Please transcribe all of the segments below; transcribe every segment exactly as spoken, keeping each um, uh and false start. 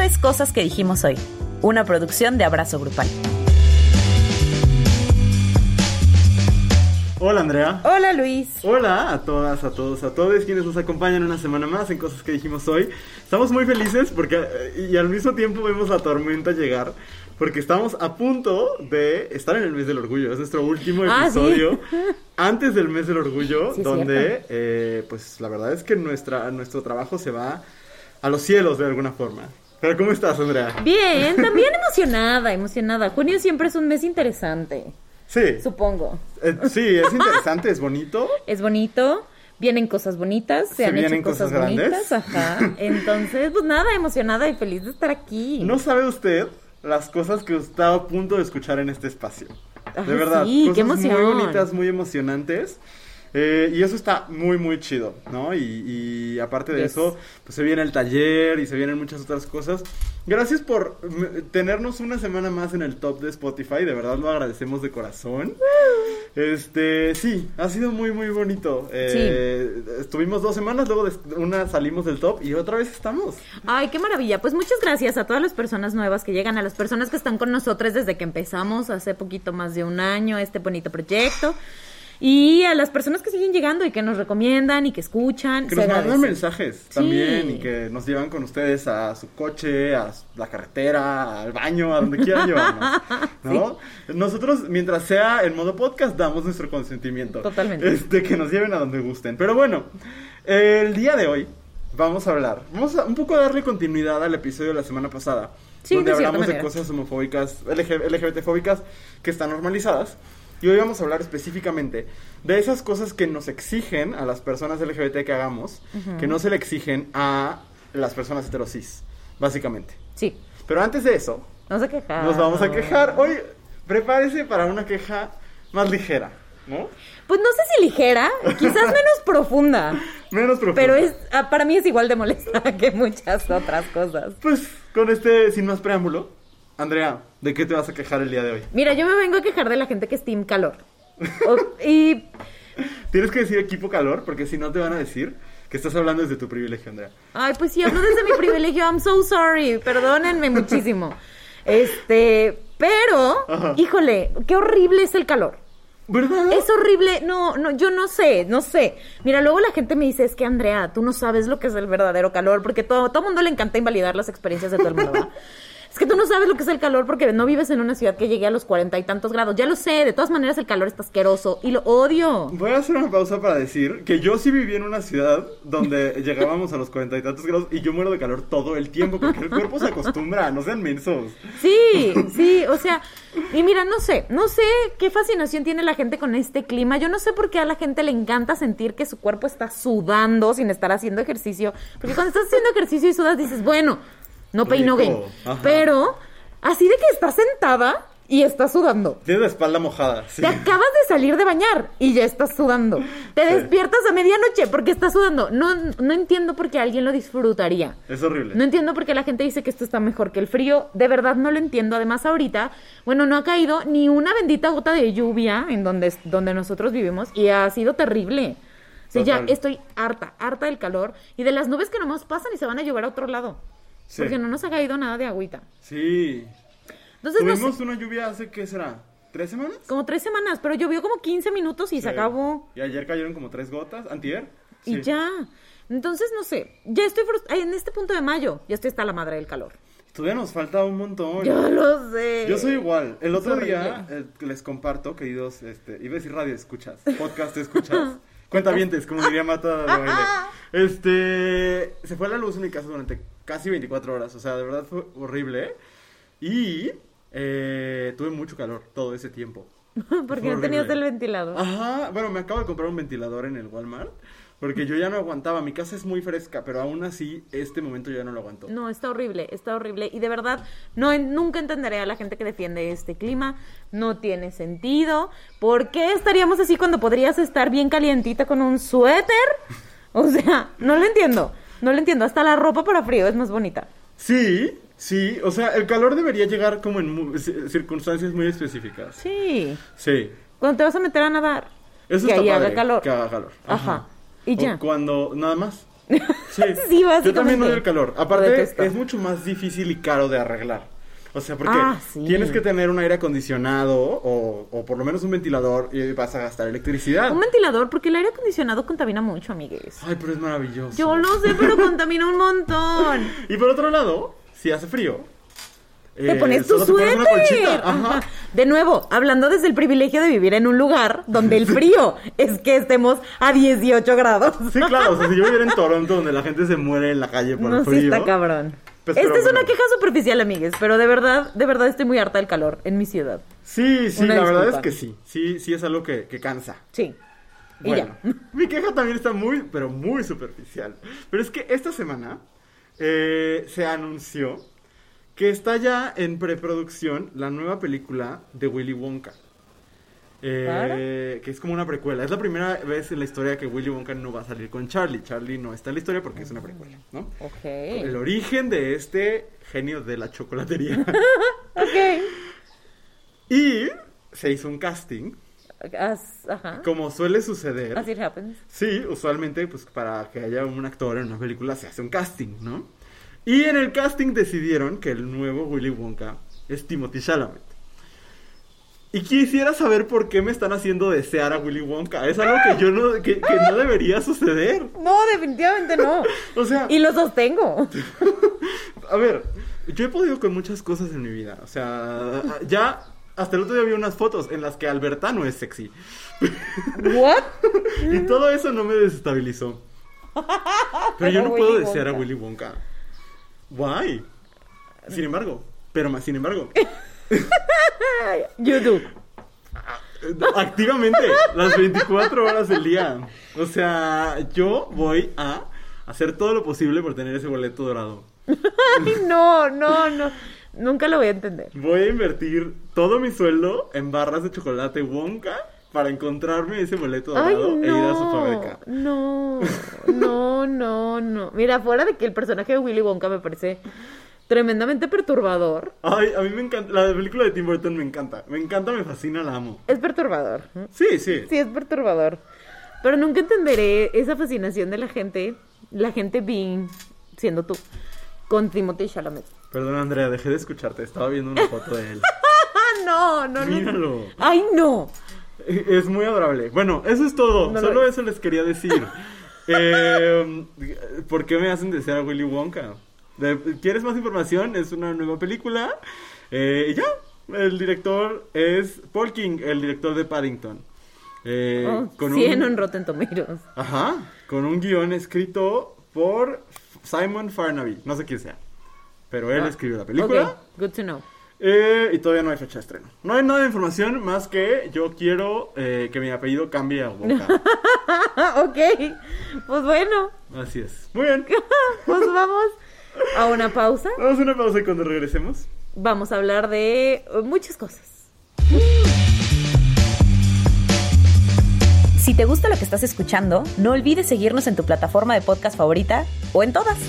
es Cosas que dijimos hoy, una producción de Abrazo Grupal. Hola Andrea. Hola Luis. Hola a todas, a todos, a todos quienes nos acompañan una semana más en Cosas que dijimos hoy. Estamos muy felices porque y al mismo tiempo vemos la tormenta llegar porque estamos a punto de estar en el mes del orgullo. Es nuestro último episodio ah, ¿sí? antes del mes del orgullo, sí, donde eh, pues la verdad es que nuestra, nuestro trabajo se va a los cielos de alguna forma. Pero ¿cómo estás, Andrea? Bien, también emocionada, emocionada. Junio siempre es un mes interesante. Sí. Supongo. Eh, sí, es interesante, es bonito. Es bonito, vienen cosas bonitas, se, se han hecho cosas, cosas bonitas, ajá. Entonces, pues nada, emocionada y feliz de estar aquí. No sabe usted las cosas que está a punto de escuchar en este espacio. Ay, de verdad, sí, cosas qué emoción. Muy bonitas, muy emocionantes. Eh, y eso está muy, muy chido, ¿no? Y, y aparte de yes. eso, pues se viene el taller y se vienen muchas otras cosas. Gracias por m- tenernos una semana más en el top de Spotify, de verdad lo agradecemos de corazón. Uh. Este, sí, ha sido muy, muy bonito. Eh, sí. Estuvimos dos semanas, luego de una salimos del top y otra vez estamos. Ay, qué maravilla. Pues muchas gracias a todas las personas nuevas que llegan, a las personas que están con nosotros desde que empezamos hace poquito más de un año este bonito proyecto. Y a las personas que siguen llegando y que nos recomiendan y que escuchan. Que nos mandan mensajes sí. también y que nos llevan con ustedes a su coche, a la carretera, al baño, a donde quieran llevarnos, ¿no? Sí. Nosotros, mientras sea en modo podcast, damos nuestro consentimiento. Totalmente. Este, que nos lleven a donde gusten. Pero bueno, el día de hoy vamos a hablar, vamos a un poco a darle continuidad al episodio de la semana pasada. Sí, donde de hablamos de manera. cosas homofóbicas, L G B T fóbicas que están normalizadas. Y hoy vamos a hablar específicamente de esas cosas que nos exigen a las personas L G B T que hagamos, uh-huh. que no se le exigen a las personas heterosis, básicamente. Sí. Pero antes de eso, nos, a quejar. nos vamos a quejar. Hoy, prepárese para una queja más ligera, ¿no? Pues no sé si ligera, quizás menos profunda. Menos profunda. Pero es, para mí es igual de molesta que muchas otras cosas. Pues, con este, sin más preámbulo, Andrea, ¿de qué te vas a quejar el día de hoy? Mira, yo me vengo a quejar de la gente que es team calor. O, y... Tienes que decir equipo calor, porque si no te van a decir que estás hablando desde tu privilegio, Andrea. Ay, pues sí, hablo desde mi privilegio. I'm so sorry. Perdónenme muchísimo. Este, pero, Ajá. híjole, qué horrible es el calor. ¿Verdad? Es horrible, no, no, yo no sé, no sé. Mira, luego la gente me dice, es que Andrea, tú no sabes lo que es el verdadero calor, porque todo, todo mundo le encanta invalidar las experiencias de todo el mundo, ¿verdad? Es que tú no sabes lo que es el calor porque no vives en una ciudad que llegue a los cuarenta y tantos grados. Ya lo sé, de todas maneras el calor está asqueroso y lo odio. Voy a hacer una pausa para decir que yo sí viví en una ciudad donde llegábamos a los cuarenta y tantos grados y yo muero de calor todo el tiempo porque el cuerpo se acostumbra, no sean mensos. Sí, sí, o sea, y mira, no sé, no sé qué fascinación tiene la gente con este clima. Yo no sé por qué a la gente le encanta sentir que su cuerpo está sudando sin estar haciendo ejercicio. Porque cuando estás haciendo ejercicio y sudas dices, bueno... No pain, no gain. Pero, así de que estás sentada y estás sudando. Tienes la espalda mojada, sí. Te acabas de salir de bañar y ya estás sudando. Te sí. despiertas a medianoche porque estás sudando. No, no entiendo por qué alguien lo disfrutaría. Es horrible. No entiendo por qué la gente dice que esto está mejor que el frío. De verdad no lo entiendo. Además, ahorita, bueno, no ha caído ni una bendita gota de lluvia en donde, donde nosotros vivimos y ha sido terrible. O sea, ya estoy harta, harta del calor y de las nubes que nomás pasan y se van a llover a otro lado. Sí. Porque no nos ha caído nada de agüita. Sí. Entonces, Tuvimos no sé, una lluvia hace, ¿qué será? ¿Tres semanas? Como tres semanas, pero llovió como quince minutos y sí. se acabó. Y ayer cayeron como tres gotas, antier. Sí. Y ya. Entonces, no sé, ya estoy frust- en este punto de mayo, ya estoy hasta la madre del calor. Todavía nos falta un montón. Yo lo sé. Yo soy igual. El otro día eh, les comparto, queridos, este, iba a decir radio escuchas, podcast escuchas. Cuentavientes, como diría Mata de Baile. Este, se fue la luz en mi casa durante casi veinticuatro horas, o sea, de verdad fue horrible. Y eh, tuve mucho calor todo ese tiempo. Porque no tenías el ventilador. Ajá, bueno, me acabo de comprar un ventilador en el Walmart. Porque yo ya no aguantaba, mi casa es muy fresca, pero aún así, este momento yo ya no lo aguanto. No, está horrible, está horrible. Y de verdad, no nunca entenderé a la gente que defiende este clima. No tiene sentido. ¿Por qué estaríamos así cuando podrías estar bien calientita con un suéter? O sea, no lo entiendo, no lo entiendo. Hasta la ropa para frío es más bonita. Sí, sí, o sea, el calor debería llegar como en mu- circunstancias muy específicas. Sí. Sí. Cuando te vas a meter a nadar, Eso que está ahí padre, haga calor. que haga calor. Ajá. Ajá. Y ya. O cuando, nada más. Sí, Sí, yo básicamente. también odio el calor. Lo Aparte, detesto. es mucho más difícil y caro de arreglar. O sea, porque Ah, sí. tienes que tener un aire acondicionado o, o por lo menos un ventilador y vas a gastar electricidad. Un ventilador, porque el aire acondicionado contamina mucho, amigues. Ay, pero es maravilloso. Yo lo sé, pero contamina un montón. Y por otro lado, si hace frío, Te eh, pones tu solo te pones suéter. una colchita. Ajá. Ajá. De nuevo, hablando desde el privilegio de vivir en un lugar donde el frío es que estemos a dieciocho grados. Sí, claro, o sea, si yo viviera en Toronto donde la gente se muere en la calle por No, el sí frío. está cabrón. Pues, Esta pero es una bueno. queja superficial, amigues, pero de verdad, de verdad estoy muy harta del calor en mi ciudad. Sí, sí, Una la verdad es disculpa. que sí. Sí, sí es algo que, que cansa. Sí. Y Bueno, ya. mi queja también está muy, pero muy superficial. Pero es que esta semana eh, se anunció que está ya en preproducción la nueva película de Willy Wonka. Eh, que es como una precuela. Es la primera vez en la historia que Willy Wonka no va a salir con Charlie. Charlie no está en la historia porque es una precuela, ¿no? Ok. El origen de este genio de la chocolatería. Ok. Y se hizo un casting, As- ajá. como suele suceder. As it happens. Sí, usualmente, pues para que haya un actor en una película se hace un casting, ¿no? Y en el casting decidieron que el nuevo Willy Wonka es Timothée Chalamet. Y quisiera saber por qué me están haciendo desear a Willy Wonka. Es algo que yo no, que, que no debería suceder. No, definitivamente no. O sea, Y lo sostengo. a ver, yo he podido con muchas cosas en mi vida. O sea, ya hasta el otro día vi unas fotos en las que Albertano es sexy. ¿What? Y todo eso no me desestabilizó. Pero yo no puedo Willy desear a Wonka. Willy Wonka. Why? Sin embargo, pero más sin embargo, You do. activamente, las veinticuatro horas del día. O sea, yo voy a hacer todo lo posible por tener ese boleto dorado. Ay, no, no, no. Nunca lo voy a entender. Voy a invertir todo mi sueldo en barras de chocolate Wonka para encontrarme ese boleto Ay, dorado e ir a su no. fábrica. No, no, no, no. Mira, fuera de que el personaje de Willy Wonka me parece tremendamente perturbador. Ay, a mí me encanta, la película de Tim Burton me encanta. Me encanta, me fascina, la amo. Es perturbador. Sí, sí. Sí, es perturbador. Pero nunca entenderé esa fascinación de la gente, la gente being, siendo tú, con Timothée Chalamet. Perdón, Andrea, dejé de escucharte. Estaba viendo una foto de él. ¡Ah, no, no, no! Míralo. ¡Ay, no! Es muy adorable. Bueno, eso es todo. No lo Solo es. eso les quería decir. eh, ¿Por qué me hacen desear a Willy Wonka? De- ¿Quieres más información? Es una nueva película. Eh, y ya. El director es Paul King, el director de Paddington. Eh, Oh, con cien un, en Rotten Tomatoes. Ajá. Con un guión escrito por Simon Farnaby. No sé quién sea. Pero él Ah, escribió la película. Ok, good to know. Eh, y todavía no hay fecha de estreno. No hay nada de información más que yo quiero eh, que mi apellido cambie a Wonka. Ok, pues bueno, Así es. Muy bien. pues vamos a una pausa. Vamos a una pausa y cuando regresemos. Vamos a hablar de eh, muchas cosas. Si te gusta lo que estás escuchando, no olvides seguirnos en tu plataforma de podcast favorita o en todas.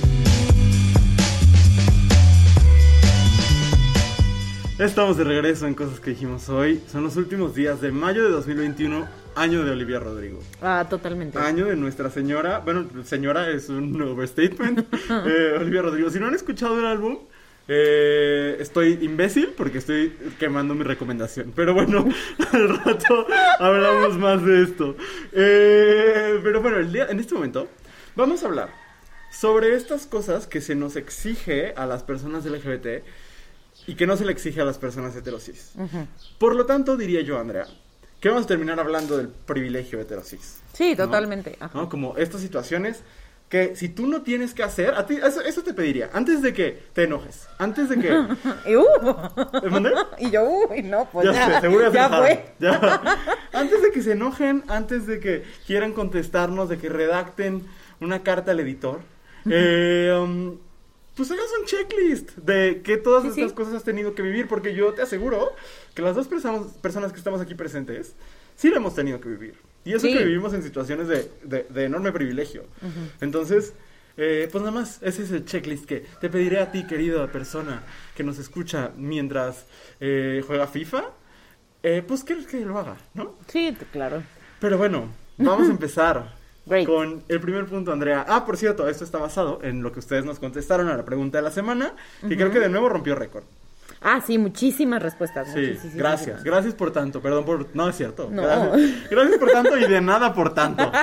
Estamos de regreso en Cosas que dijimos hoy. Son los últimos días de mayo de dos mil veintiuno, año de Olivia Rodrigo. Ah, totalmente. Año de Nuestra Señora. Bueno, señora es un overstatement. eh, Olivia Rodrigo. Si no han escuchado el álbum, eh, estoy imbécil porque estoy quemando mi recomendación. Pero bueno, al rato hablamos más de esto. Eh, pero bueno, el día, en este momento vamos a hablar sobre estas cosas que se nos exige a las personas L G B T y que no se le exige a las personas heterosis. Ujú. Por lo tanto, diría yo, Andrea, que vamos a terminar hablando del privilegio heterosis. Sí, ¿no? totalmente. Ajá. ¿No? Como estas situaciones que si tú no tienes que hacer, a ti, eso, eso te pediría, antes de que te enojes, antes de que... Y, uh, ¿Me mandé? y yo, uy, no, pues Ya, ya, sé, seguro ya, se ya enojaron. fue. Ya. Antes de que se enojen, antes de que quieran contestarnos, de que redacten una carta al editor, eh, um, pues hagas un checklist de que todas Sí, estas sí. cosas has tenido que vivir, porque yo te aseguro que las dos personas, personas que estamos aquí presentes, sí lo hemos tenido que vivir. Y eso Sí. que vivimos en situaciones de, de, de enorme privilegio. Entonces, eh, pues nada más, ese es el checklist que te pediré a ti, querida persona, que nos escucha mientras eh, juega FIFA, eh, pues que, que lo haga, ¿no? Sí, t- claro. Pero bueno, vamos a empezar Great. Con el primer punto, Andrea. Ah, por cierto, esto está basado en lo que ustedes nos contestaron a la pregunta de la semana, que uh-huh. creo que de nuevo rompió récord. Ah, sí, muchísimas respuestas. Sí, muchísimas gracias. respuestas. Gracias por tanto. Perdón por... No, es cierto. No. Gracias. Gracias por tanto y de nada por tanto.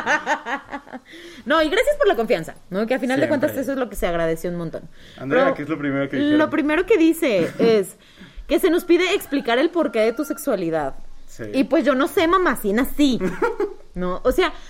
No, y gracias por la confianza, ¿no? Que a final Siempre. de cuentas eso es lo que se agradeció un montón. Andrea, Pero ¿qué es lo primero que dijeron? Lo primero que dice es que se nos pide explicar el porqué de tu sexualidad. Sí. Y pues yo no sé, mamacina, sí. ¿No? O sea,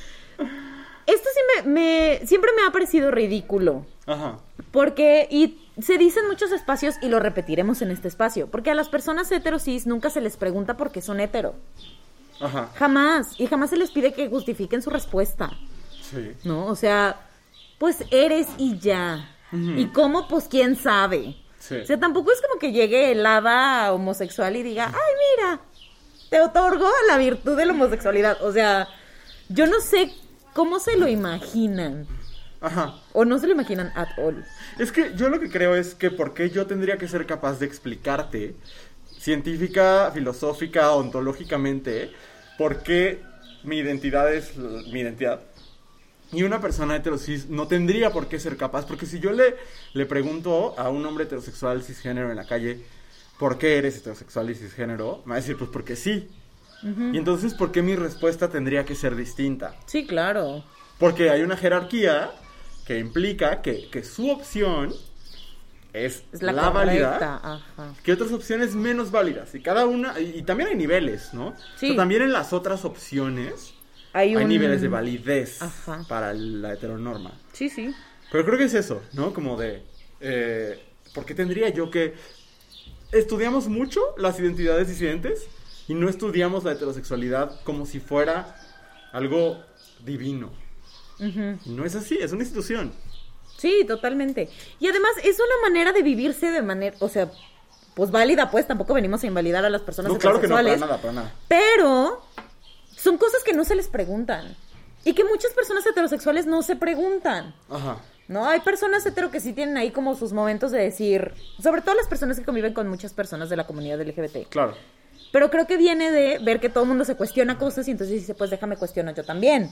esto sí me, me... Siempre me ha parecido ridículo. Ajá. Porque... Y se dice en muchos espacios, y lo repetiremos en este espacio, porque a las personas heterosis nunca se les pregunta por qué son hetero. Ajá. Jamás. Y jamás se les pide que justifiquen su respuesta. Sí. ¿No? O sea, pues eres y ya. Uh-huh. Y cómo, pues quién sabe. Sí. O sea, tampoco es como que llegue el hada homosexual y diga, ay, mira, te otorgo la virtud de la homosexualidad. O sea, yo no sé cómo se lo imaginan. Ajá. O no se lo imaginan at all. Es que yo lo que creo es que por qué yo tendría que ser capaz de explicarte científica, filosófica, ontológicamente, por qué mi identidad es mi identidad. Y una persona heterosis no tendría por qué ser capaz, porque si yo le, le pregunto a un hombre heterosexual cisgénero en la calle, ¿por qué eres heterosexual y cisgénero? Me va a decir, pues porque sí. Uh-huh. Y entonces, ¿por qué mi respuesta tendría que ser distinta? Sí, claro. Porque hay una jerarquía que implica que, que su opción es, es la, la válida, Ajá. que otras opciones menos válidas. Y cada una, y, y también hay niveles, ¿no? Sí. Pero también en las otras opciones hay, un... hay niveles de validez Ajá. para la heteronorma. Sí, sí. Pero creo que es eso, ¿no? Como de, eh, ¿por qué tendría yo que... Estudiamos mucho las identidades disidentes y no estudiamos la heterosexualidad como si fuera algo divino. Uh-huh. Y no es así, es una institución. Sí, totalmente. Y además es una manera de vivirse de manera, o sea, pues válida, pues tampoco venimos a invalidar a las personas no, claro heterosexuales. Que no, para nada, para nada. Pero son cosas que no se les preguntan y que muchas personas heterosexuales no se preguntan. Ajá. No, hay personas hetero que sí tienen ahí como sus momentos de decir, sobre todo las personas que conviven con muchas personas de la comunidad L G B T. Claro. Pero creo que viene de ver que todo el mundo se cuestiona cosas y entonces dice, pues déjame cuestionar yo también.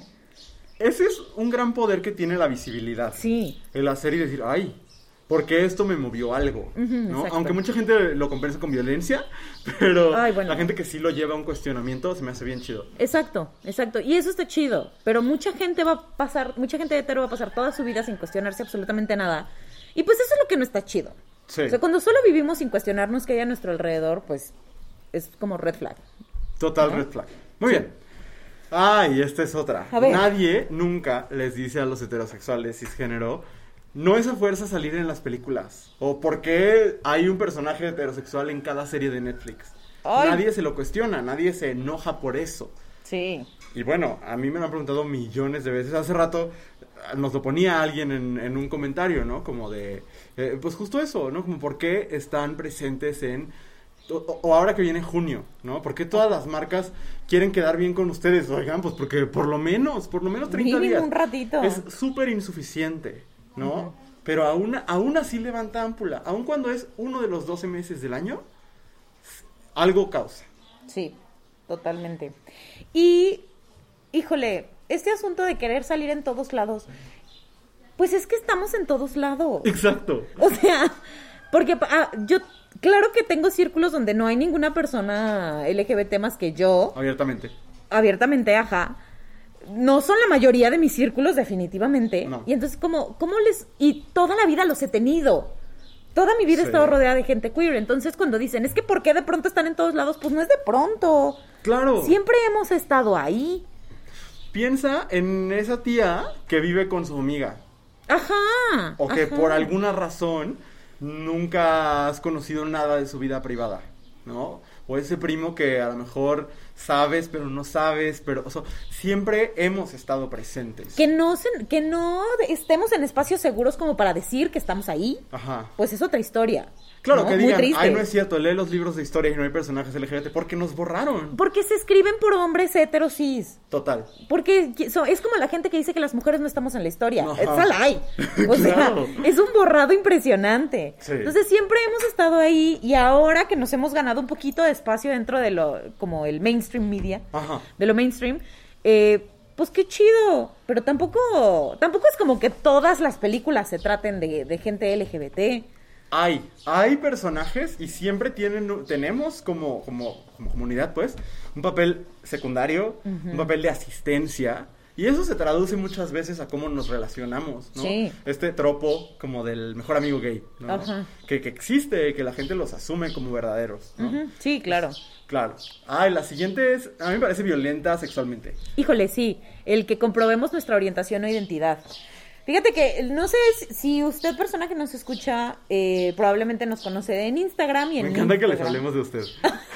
Ese es un gran poder que tiene la visibilidad. Sí. El hacer y decir, ay, porque esto me movió algo, uh-huh, ¿no? Exacto. Aunque mucha gente lo compensa con violencia, pero ay, bueno. la gente que sí lo lleva a un cuestionamiento se me hace bien chido. Exacto, exacto. Y eso está chido. Pero mucha gente va a pasar, mucha gente hetero va a pasar toda su vida sin cuestionarse absolutamente nada. Y pues eso es lo que no está chido. Sí. O sea, cuando solo vivimos sin cuestionarnos qué hay a nuestro alrededor, pues es como red flag. Total, ¿no? Red flag. Muy sí. bien. Ah, y esta es otra. Nadie nunca les dice a los heterosexuales cisgénero, no es a fuerza salir en las películas. O por qué hay un personaje heterosexual en cada serie de Netflix. Ay. Nadie se lo cuestiona, nadie se enoja por eso. Sí. Y bueno, a mí me lo han preguntado millones de veces. Hace rato nos lo ponía alguien en, en un comentario, ¿no? Como de, eh, pues justo eso, ¿no? Como por qué están presentes en... O, o ahora que viene junio, ¿no? ¿Por qué todas las marcas quieren quedar bien con ustedes? Oigan, pues porque por lo menos, por lo menos treinta días. un ratito. Es súper insuficiente, ¿no? Uh-huh. Pero aún, aún así levanta ámpula. Aún cuando es uno de los doce meses del año, algo causa. Sí, totalmente. Y, híjole, este asunto de querer salir en todos lados, pues es que estamos en todos lados. Exacto. O sea, porque ah, yo... Claro que tengo círculos donde no hay ninguna persona L G B T más que yo. Abiertamente. Abiertamente, ajá. No son la mayoría de mis círculos, definitivamente. No. Y entonces, ¿cómo, cómo les...? Y toda la vida los he tenido. Toda mi vida sí. he estado rodeada de gente queer. Entonces, cuando dicen, es que ¿por qué de pronto están en todos lados? Pues no es de pronto. Claro. Siempre hemos estado ahí. Piensa en esa tía que vive con su amiga. Ajá. O que ajá. por alguna razón... nunca has conocido nada de su vida privada, ¿no? O ese primo que a lo mejor sabes, pero no sabes, pero o sea, siempre hemos estado presentes. Que no, se, que no estemos en espacios seguros como para decir que estamos ahí. Ajá. Pues es otra historia. Claro, ¿no? que digan, Muy ay, no es cierto, lee los libros de historia y no hay personajes L G B T, porque nos borraron. Porque se escriben por hombres heteros cis. Total. Porque es como la gente que dice que las mujeres no estamos en la historia. Ajá. Esa la hay. O claro. sea, es un borrado impresionante. Sí. Entonces siempre hemos estado ahí y ahora que nos hemos ganado un poquito de espacio dentro de lo, como el mainstream media, Ajá. de lo mainstream, eh, pues qué chido. Pero tampoco, tampoco es como que todas las películas se traten de, de gente L G B T. Hay, hay personajes y siempre tienen, tenemos como, como, como comunidad, pues, un papel secundario, uh-huh. un papel de asistencia. Y eso se traduce muchas veces a cómo nos relacionamos, ¿no? Sí. Este tropo como del mejor amigo gay, ¿no? Ajá. Que, que existe, que la gente los asume como verdaderos, ¿no? Uh-huh. Sí, claro. Claro. Ah, y la siguiente es, a mí me parece violenta sexualmente. Híjole, sí, el que comprobemos nuestra orientación o identidad. Fíjate que, no sé si usted, persona que nos escucha, eh, probablemente nos conoce en Instagram y en Me encanta Instagram. que les hablemos de usted.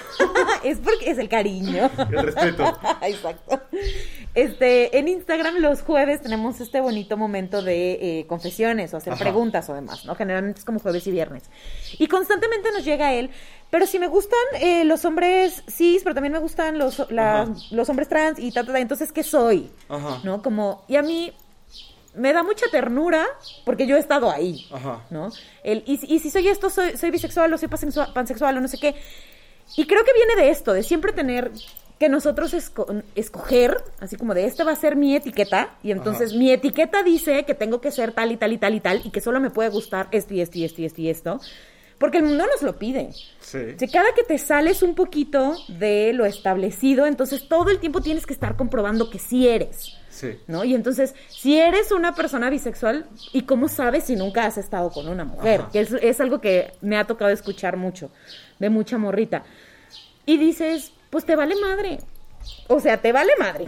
Es porque es el cariño. El respeto. Exacto. Este, en Instagram los jueves tenemos este bonito momento de eh, confesiones o hacer Ajá. preguntas o demás, ¿no? Generalmente es como jueves y viernes. Y constantemente nos llega él, pero si me gustan eh, los hombres cis, pero también me gustan los, las, los hombres trans y tal, tal, tal, entonces, ¿qué soy? Ajá. ¿No? Como, y a mí me da mucha ternura porque yo he estado ahí, Ajá. ¿no? El, y, y si soy esto, soy, soy bisexual o soy pansexual, pansexual o no sé qué. Y creo que viene de esto, de siempre tener que nosotros esco- escoger, así como de esta va a ser mi etiqueta, y entonces Ajá. mi etiqueta dice que tengo que ser tal y tal y tal y tal, y que solo me puede gustar esto y esto y esto y esto y esto, porque el mundo nos lo pide. Sí. Si cada que te sales un poquito de lo establecido, entonces todo el tiempo tienes que estar comprobando que sí eres. Sí. ¿No? Y entonces, si eres una persona bisexual, ¿y cómo sabes si nunca has estado con una mujer? Ajá. Que es, es algo que me ha tocado escuchar mucho, de mucha morrita. Y dices, pues te vale madre. O sea, te vale madre.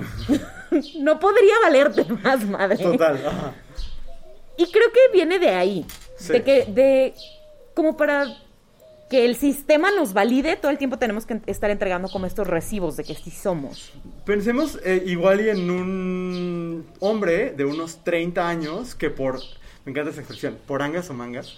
No podría valerte más madre. Total, ajá. Y creo que viene de ahí. Sí. De que, de, como para que el sistema nos valide, todo el tiempo tenemos que estar entregando como estos recibos de que sí somos. Pensemos eh, igual y en un hombre de unos treinta años que por, me encanta esa expresión, por angas o mangas,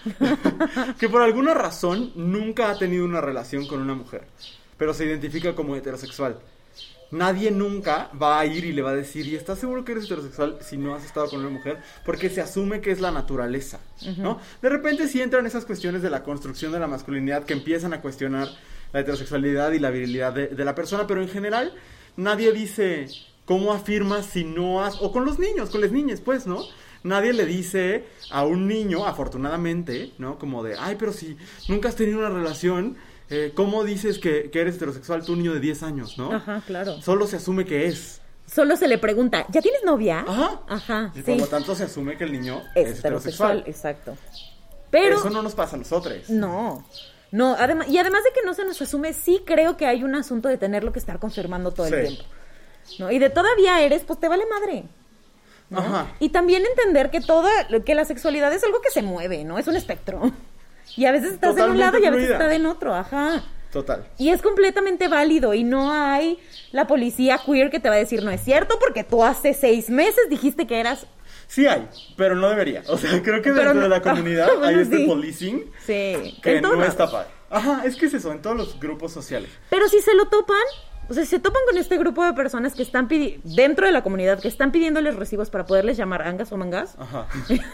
que por alguna razón nunca ha tenido una relación con una mujer, pero se identifica como heterosexual. Nadie nunca va a ir y le va a decir, ¿y estás seguro que eres heterosexual si no has estado con una mujer? Porque se asume que es la naturaleza, ¿no? Uh-huh. De repente sí entran esas cuestiones de la construcción de la masculinidad que empiezan a cuestionar la heterosexualidad y la virilidad de, de la persona, pero en general nadie dice cómo afirmas si no has... O con los niños, con las niñas, pues, ¿no? Nadie le dice a un niño, afortunadamente, ¿no? Como de, ay, pero si nunca has tenido una relación... Eh, ¿Cómo dices que, que eres heterosexual tú, niño de diez años, no? Ajá, claro. Solo se asume que es. Solo se le pregunta, ¿ya tienes novia? Ajá. Ajá, y sí. por lo tanto se asume que el niño es, es heterosexual. heterosexual. Exacto. Pero... Eso no nos pasa a nosotros. No. No, además, y además de que no se nos asume, sí creo que hay un asunto de tenerlo que estar confirmando todo sí. el tiempo. ¿No? Y de todavía eres, pues te vale madre. ¿No? Ajá. Y también entender que toda, que la sexualidad es algo que se mueve, ¿no? Es un espectro. Y a veces estás Totalmente en un lado y a veces fluida. estás en otro, ajá. Total. Y es completamente válido y no hay la policía queer que te va a decir no es cierto porque tú hace seis meses dijiste que eras... Sí hay, pero no debería. O sea, creo que Pero dentro no- de la comunidad bueno, hay este sí. policing Sí. que en todos no lados. está padre. Ajá, es que es eso, en todos los grupos sociales. Pero si se lo topan, o sea, si se topan con este grupo de personas que están pidiendo, dentro de la comunidad, que están pidiéndoles recibos para poderles llamar angas o mangas, Ajá.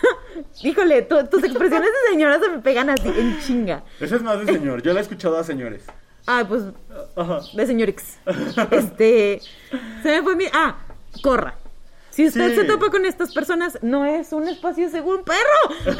híjole, tu- tus expresiones de señora se me pegan así, en chinga. Ese es más de señor, yo la he escuchado a señores. Ay, pues, Ajá. de señorix. Este, se me fue mi... Ah, corra. Si usted Sí. se topa con estas personas, no es un espacio seguro. ¡Un perro!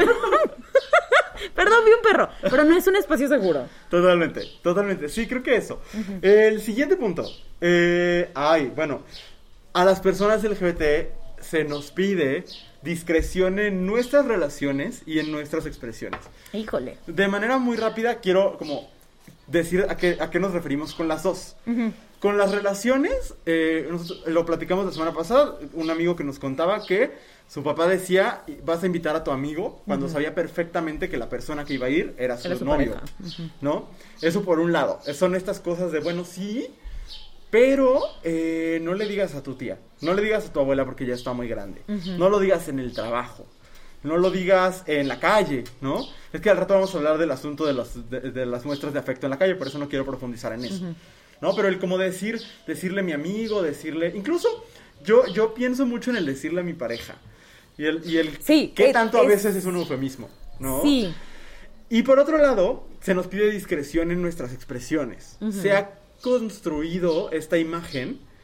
Perdón, vi un perro. Pero no es un espacio seguro. Totalmente, totalmente. Sí, creo que eso. Uh-huh. El siguiente punto. Eh, ay, bueno, a las personas L G B T se nos pide discreción en nuestras relaciones y en nuestras expresiones. Híjole. De manera muy rápida, quiero como decir a qué, a qué nos referimos con las dos. Uh-huh. Con las relaciones, eh, nosotros lo platicamos la semana pasada, un amigo que nos contaba que su papá decía, vas a invitar a tu amigo, cuando uh-huh. sabía perfectamente que la persona que iba a ir era su, era su novio, uh-huh. ¿no? Eso por un lado, son estas cosas de, bueno, sí, pero eh, no le digas a tu tía, no le digas a tu abuela porque ya está muy grande, uh-huh. no lo digas en el trabajo, no lo digas en la calle, ¿no? Es que al rato vamos a hablar del asunto de, los, de, de las muestras de afecto en la calle, por eso no quiero profundizar en eso. Uh-huh. ¿No? Pero el como decir, decirle a mi amigo, decirle... Incluso yo, yo pienso mucho en el decirle a mi pareja. Y el, y el sí, qué es, tanto a es... veces es un eufemismo, ¿no? Sí. Y por otro lado, se nos pide discreción en nuestras expresiones. Uh-huh. Se ha construido esta imagen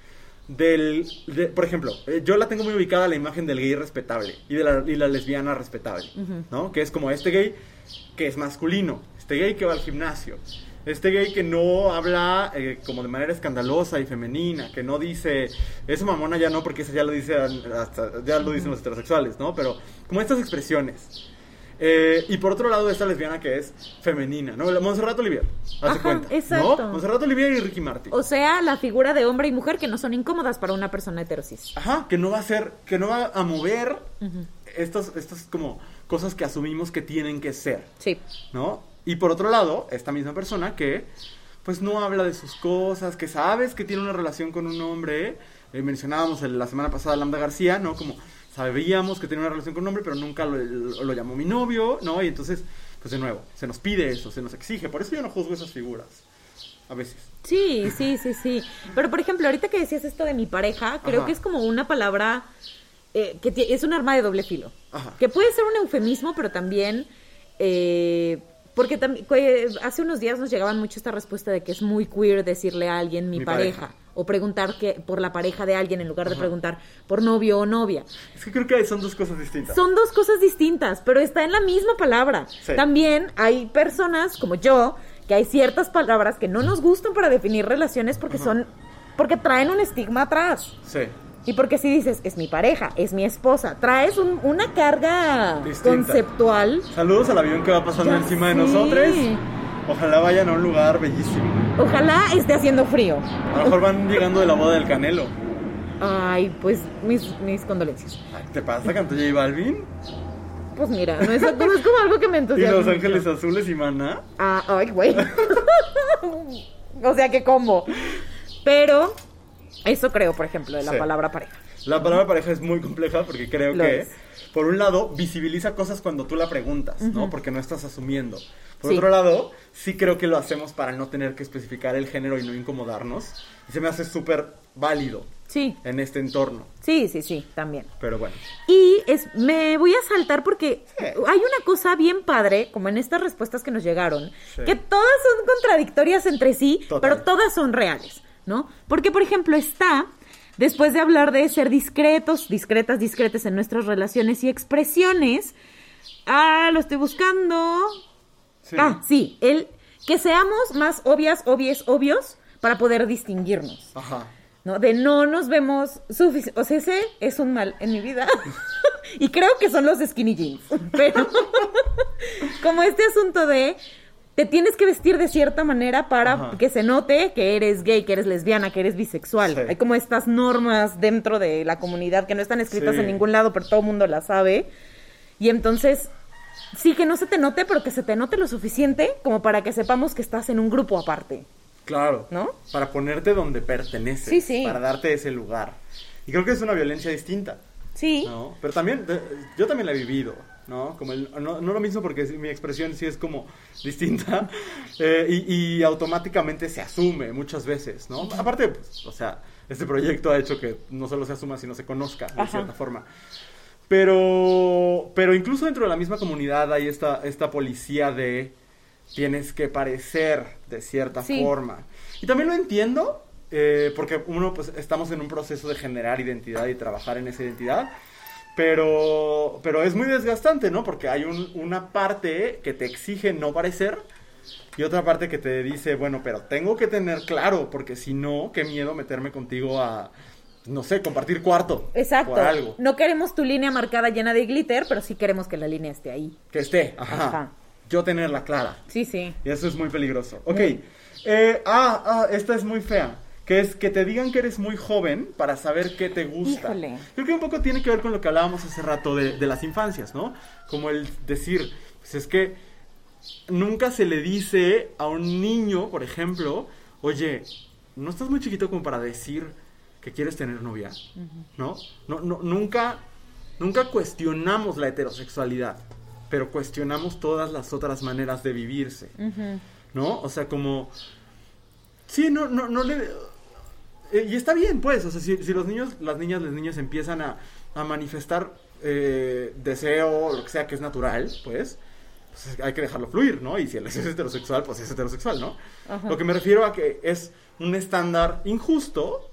del, de, por ejemplo, eh, yo la tengo muy ubicada la imagen del gay respetable y de la, y la lesbiana respetable, uh-huh. ¿no? Que es como este gay que es masculino, este gay que va al gimnasio, este gay que no habla eh, como de manera escandalosa y femenina, que no dice, eso mamona ya no, porque eso ya lo dice hasta, ya lo dicen los heterosexuales, ¿no? Pero como estas expresiones. Eh, y por otro lado, esta lesbiana que es femenina, ¿no? Montserrat Olivier, hace cuenta, exacto. ¿no? Montserrat Olivier y Ricky Martin. O sea, la figura de hombre y mujer que no son incómodas para una persona heterosis. Ajá, que no va a ser, que no va a mover uh-huh. estas, estas como cosas que asumimos que tienen que ser. Sí. ¿No? Y por otro lado, esta misma persona que, pues, no habla de sus cosas, que sabes que tiene una relación con un hombre, eh, mencionábamos el, la semana pasada a Lambda García, ¿no? Como sabíamos que tenía una relación con un hombre, pero nunca lo, lo, lo llamó mi novio, ¿no? Y entonces, pues de nuevo, se nos pide eso, se nos exige. Por eso yo no juzgo esas figuras, a veces. Sí, sí, sí, sí. Pero, por ejemplo, ahorita que decías esto de mi pareja, creo Ajá. que es como una palabra eh, que t- es un arma de doble filo. Ajá. Que puede ser un eufemismo, pero también... Eh, porque también hace unos días nos llegaban mucho esta respuesta de que es muy queer decirle a alguien mi, mi pareja, pareja o preguntar que por la pareja de alguien en lugar de Ajá. preguntar por novio o novia. Es que creo que son dos cosas distintas. Son dos cosas distintas, pero está en la misma palabra. Sí. También hay personas como yo que hay ciertas palabras que no nos gustan para definir relaciones porque Ajá. son porque traen un estigma atrás. Sí. Y porque si dices, es mi pareja, es mi esposa, traes un, una carga distinta. Conceptual. Saludos al avión que va pasando ya encima sí. de nosotros. Ojalá vayan a un lugar bellísimo. Ojalá esté haciendo frío. A lo mejor van llegando de la boda del Canelo. Ay, pues mis, mis condolencias. ¿Te pasa? ¿Cantó J Balvin? Pues mira, no es, no es como algo que me entusiasma. ¿Y Los Ángeles mucho. Azules y Maná? Ah, ay, güey. O sea, qué combo. Pero... eso creo, por ejemplo, de la sí. palabra pareja. La palabra pareja es muy compleja porque creo Lo que, es. por un lado, visibiliza cosas cuando tú la preguntas, uh-huh. ¿no? Porque no estás asumiendo. Por sí. otro lado, sí creo que lo hacemos para no tener que especificar el género y no incomodarnos. Y se me hace súper válido sí. en este entorno. Sí, sí, sí, también. Pero bueno. Y es, me voy a saltar porque sí. hay una cosa bien padre, como en estas respuestas que nos llegaron, sí. que todas son contradictorias entre sí, Total. Pero todas son reales. ¿No? Porque, por ejemplo, está, después de hablar de ser discretos, discretas, discretas en nuestras relaciones y expresiones, ah, lo estoy buscando, sí. ah, sí, el que seamos más obvias, obvies, obvios, para poder distinguirnos, Ajá. ¿no? De no nos vemos suficiente, o sea, ese es un mal en mi vida, y creo que son los skinny jeans, pero como este asunto de... te tienes que vestir de cierta manera para Ajá. que se note que eres gay, que eres lesbiana, que eres bisexual. Sí. Hay como estas normas dentro de la comunidad que no están escritas sí. en ningún lado, pero todo el mundo las sabe. Y entonces, sí, que no se te note, pero que se te note lo suficiente como para que sepamos que estás en un grupo aparte. Claro. ¿No? Para ponerte donde perteneces. Sí, sí. Para darte ese lugar. Y creo que es una violencia distinta. Sí. ¿No? Pero también, yo también la he vivido. ¿No? Como el, no, no lo mismo porque mi expresión sí es como distinta eh, y, y automáticamente se asume muchas veces, ¿no? Aparte, pues, o sea, este proyecto ha hecho que no solo se asuma, sino se conozca de Ajá. cierta forma. Pero, pero incluso dentro de la misma comunidad hay esta, esta policía de tienes que parecer de cierta sí. forma. Y también lo entiendo, eh, porque uno, pues, estamos en un proceso de generar identidad y trabajar en esa identidad. Pero, pero es muy desgastante, ¿no? Porque hay un, una parte que te exige no parecer y otra parte que te dice, bueno, pero tengo que tener claro, porque si no, qué miedo meterme contigo a, no sé, compartir cuarto. Exacto. Por algo. No queremos tu línea marcada llena de glitter, pero sí queremos que la línea esté ahí. Que esté, ajá. ajá. Yo tenerla clara. Sí, sí. Y eso es muy peligroso. Ok. Eh, ah, ah, esta es muy fea. Que es que te digan que eres muy joven para saber qué te gusta. Híjole. Creo que un poco tiene que ver con lo que hablábamos hace rato de, de las infancias, ¿no? Como el decir, pues es que nunca se le dice a un niño, por ejemplo, oye, no estás muy chiquito como para decir que quieres tener novia, uh-huh. ¿no? No, no, nunca, nunca cuestionamos la heterosexualidad, pero cuestionamos todas las otras maneras de vivirse, uh-huh. ¿no? O sea, como... sí, no, no, no le... Eh, y está bien, pues, o sea, si, si los niños, las niñas, los niños empiezan a, a manifestar eh, deseo, lo que sea que es natural, pues, pues, hay que dejarlo fluir, ¿no? Y si el deseo es heterosexual, pues es heterosexual, ¿no? Ajá. Lo que me refiero a que es un estándar injusto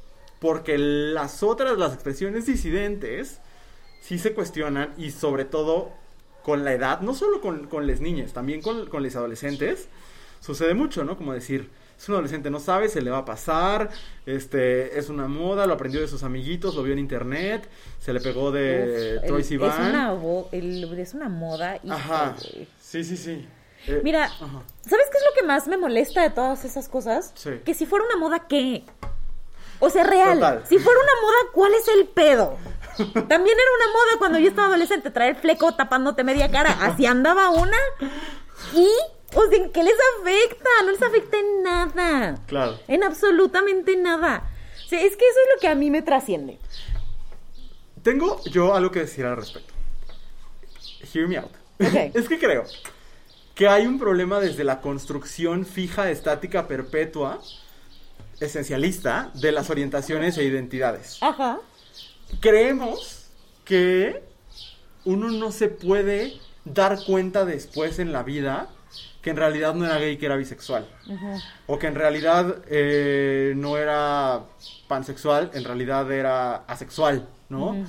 porque las otras, las expresiones disidentes, sí se cuestionan, y sobre todo con la edad, no solo con, con las niñas, también con, con los adolescentes, sucede mucho, ¿no? Como decir, es un adolescente, no sabe, se le va a pasar, este, es una moda, lo aprendió de sus amiguitos, lo vio en internet, se le pegó de Uf, Troye el- Sivan. Es una, vo- el- es una moda. híjole. Ajá, sí, sí, sí. Eh, Mira, ajá. ¿sabes qué es lo que más me molesta de todas esas cosas? Sí. Que si fuera una moda, ¿qué? O sea, real. Total. Si fuera una moda, ¿cuál es el pedo? También era una moda cuando yo estaba adolescente, traer fleco tapándote media cara. Así andaba una. Y, o sea, ¿en qué les afecta? No les afecta en nada. Claro. En absolutamente nada. O sea, es que eso es lo que a mí me trasciende. Tengo yo algo que decir al respecto. Hear me out. Ok. Es que creo que hay un problema desde la construcción fija, estática, perpetua, esencialista, de las orientaciones e identidades. Ajá. Creemos que uno no se puede dar cuenta después en la vida que en realidad no era gay, que era bisexual. Ujú. O que en realidad eh, no era pansexual, en realidad era asexual, ¿no? Ujú.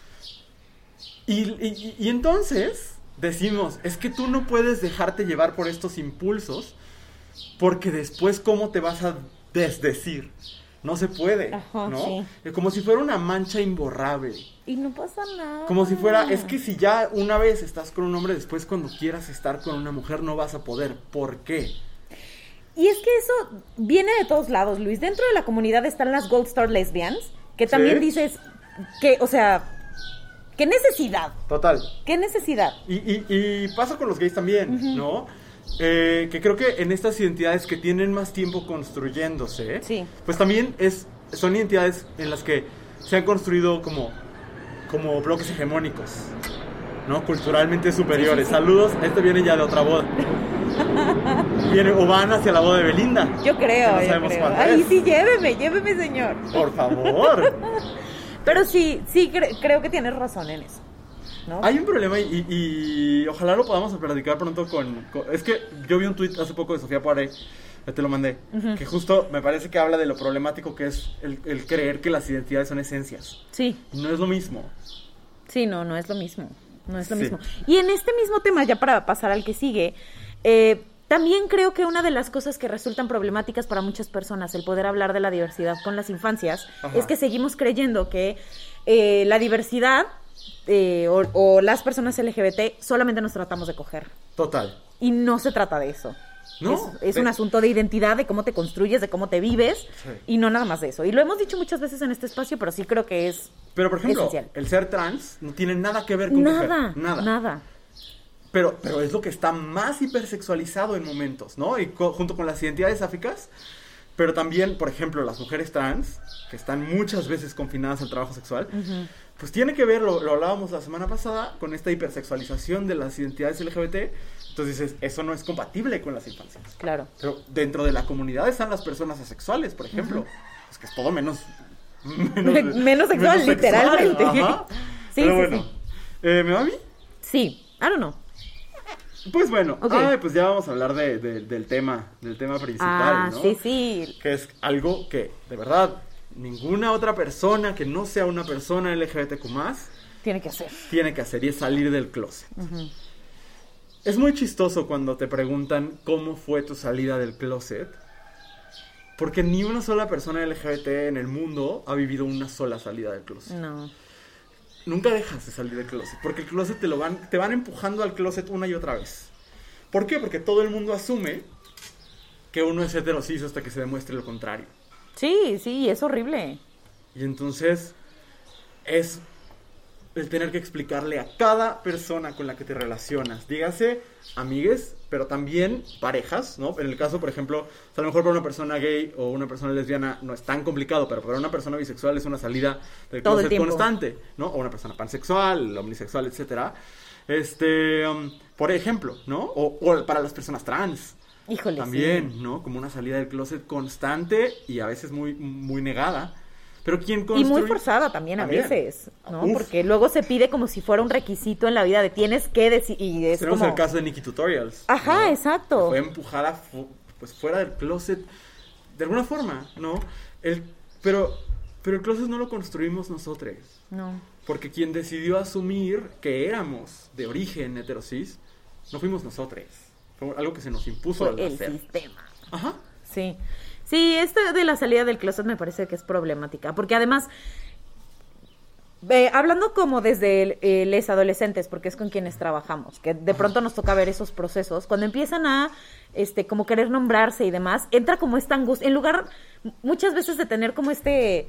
y, y, y entonces decimos, es que tú no puedes dejarte llevar por estos impulsos, porque después ¿cómo te vas a desdecir? No se puede, Ajá, ¿no? sí. Es como si fuera una mancha imborrable. Y no pasa nada. Como si fuera, es que si ya una vez estás con un hombre, después cuando quieras estar con una mujer no vas a poder. ¿Por qué? Y es que eso viene de todos lados, Luis. Dentro de la comunidad están las Gold Star Lesbians, que también Sí. dices que, o sea, qué necesidad, Total. qué necesidad. Y, y, y pasa con los gays también, ¿no? Eh, que creo que en estas identidades que tienen más tiempo construyéndose, Sí. pues también es, son identidades en las que se han construido como, como bloques hegemónicos, ¿no? Culturalmente superiores. Sí, sí, sí. Saludos, este viene ya de otra boda. Viene, o van hacia la boda de Belinda. Yo creo, Que no yo sabemos creo. cuándo Ay, es. sí, lléveme, lléveme, señor. Por favor. Pero sí, sí, cre- creo que tienes razón en eso, ¿no? Hay un problema y, y, y ojalá lo podamos platicar pronto con, con... Es que yo vi un tuit hace poco de Sofía Poiré, ya te lo mandé, que justo me parece que habla de lo problemático que es el, el creer que las identidades son esencias. Sí, Y no es lo mismo. sí, no, no es lo mismo, no es lo Sí. mismo. Y en este mismo tema, ya para pasar al que sigue, eh, también creo que una de las cosas que resultan problemáticas para muchas personas, el poder hablar de la diversidad con las infancias, Ajá. es que seguimos creyendo que eh, la diversidad eh, o, o las personas L G B T solamente nos tratamos de coger. Total. Y no se trata de eso. No, Es, es de- un asunto de identidad, de cómo te construyes, de cómo te vives, Sí. y no nada más de eso. Y lo hemos dicho muchas veces en este espacio, pero sí creo que es Pero por ejemplo, esencial. el ser trans no tiene nada que ver con Nada, coger. Nada. nada. Pero, pero es lo que está más hipersexualizado en momentos, ¿no? Y co- junto con las identidades áficas, pero también, por ejemplo, las mujeres trans, que están muchas veces confinadas al trabajo sexual, pues tiene que ver, lo, lo hablábamos la semana pasada, con esta hipersexualización de las identidades L G B T. Entonces dices, eso no es compatible con las infancias. Claro. Pero dentro de la comunidad están las personas asexuales, por ejemplo. Es que es todo menos... Menos, Menos sexual, literalmente. Ajá. Sí, Pero sí, bueno, sí. Eh, ¿me va a mí? Sí, I don't know. Pues bueno, Ok. ay, pues ya vamos a hablar de, de- del tema, del tema principal, Ah, ¿no? sí, sí. Que es algo que, de verdad, ninguna otra persona que no sea una persona L G B T Q más, Tiene que hacer. tiene que hacer, y es salir del closet. Es muy chistoso cuando te preguntan cómo fue tu salida del closet, porque ni una sola persona L G B T en el mundo ha vivido una sola salida del closet. No. Nunca dejas de salir del closet, porque el closet te lo van, te van empujando al closet una y otra vez. ¿Por qué? Porque todo el mundo asume que uno es heterosis hasta que se demuestre lo contrario. Sí, sí, es horrible. Y entonces es el tener que explicarle a cada persona con la que te relacionas, dígase amigues, pero también parejas, ¿no? En el caso, por ejemplo, o sea, a lo mejor para una persona gay o una persona lesbiana no es tan complicado, pero para una persona bisexual es una salida del Todo el closet tiempo. constante, ¿no? O una persona pansexual, omnisexual, etcétera. Este, um, por ejemplo, ¿no? O, o para las personas trans. Híjole, También, sí. ¿no? Como una salida del closet constante y a veces muy, muy negada. Pero ¿quién Y construye? muy forzada también a También. veces, ¿no? Uf. Porque luego se pide como si fuera un requisito en la vida de tienes que decir, y es Tenemos como... el caso de Nikki Tutorials. Ajá, ¿no? exacto. Fue empujada fu- pues fuera del closet de alguna forma, ¿no? El, pero Pero el closet no lo construimos nosotros. No. Porque quien decidió asumir que éramos de origen heterosis, no fuimos nosotros. Fue algo que se nos impuso Fue al el nacer. sistema. Ajá. Sí. Sí, esto de la salida del closet me parece que es problemática. Porque además, eh, hablando como desde el, eh, les adolescentes, porque es con quienes trabajamos, que de pronto nos toca ver esos procesos, cuando empiezan a, este, como querer nombrarse y demás, entra como esta angustia, en lugar muchas veces de tener como este,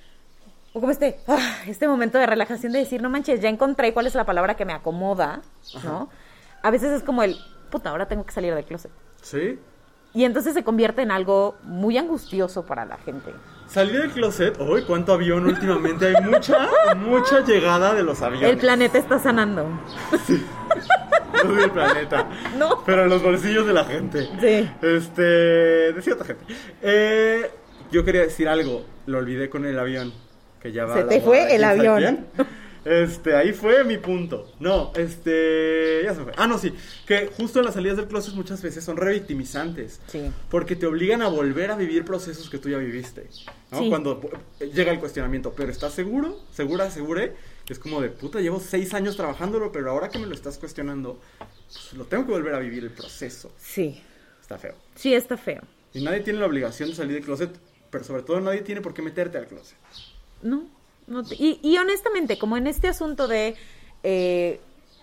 o como este, ah, este momento de relajación de decir, no manches, ya encontré cuál es la palabra que me acomoda, ¿no? A veces es como el, puta, ahora tengo que salir del closet. ¿Sí? Y entonces se convierte en algo muy angustioso para la gente. Salir del closet, uy, cuánto avión últimamente, hay mucha, mucha llegada de los aviones. El planeta está sanando. Sí. No soy el planeta. No. Pero los bolsillos de la gente. Sí. Este, de cierta gente. Eh, yo quería decir algo, lo olvidé con el avión. Que ya va Se a la te fue boda de el quién sabe avión. quién. Este, ahí fue mi punto. No, este, ya se fue. Ah, no, sí, que justo en las salidas del closet muchas veces son revictimizantes. Sí. Porque te obligan a volver a vivir procesos que tú ya viviste, ¿no? Sí. Cuando eh, llega el cuestionamiento, ¿pero estás seguro? ¿Segura? ¿Segure? Es como de, puta, llevo seis años trabajándolo, pero ahora que me lo estás cuestionando, pues lo tengo que volver a vivir el proceso. Sí. Está feo. Sí, está feo. Y nadie tiene la obligación de salir del closet, pero sobre todo nadie tiene por qué meterte al closet. No. no te- y, y honestamente, como en este asunto de... eh,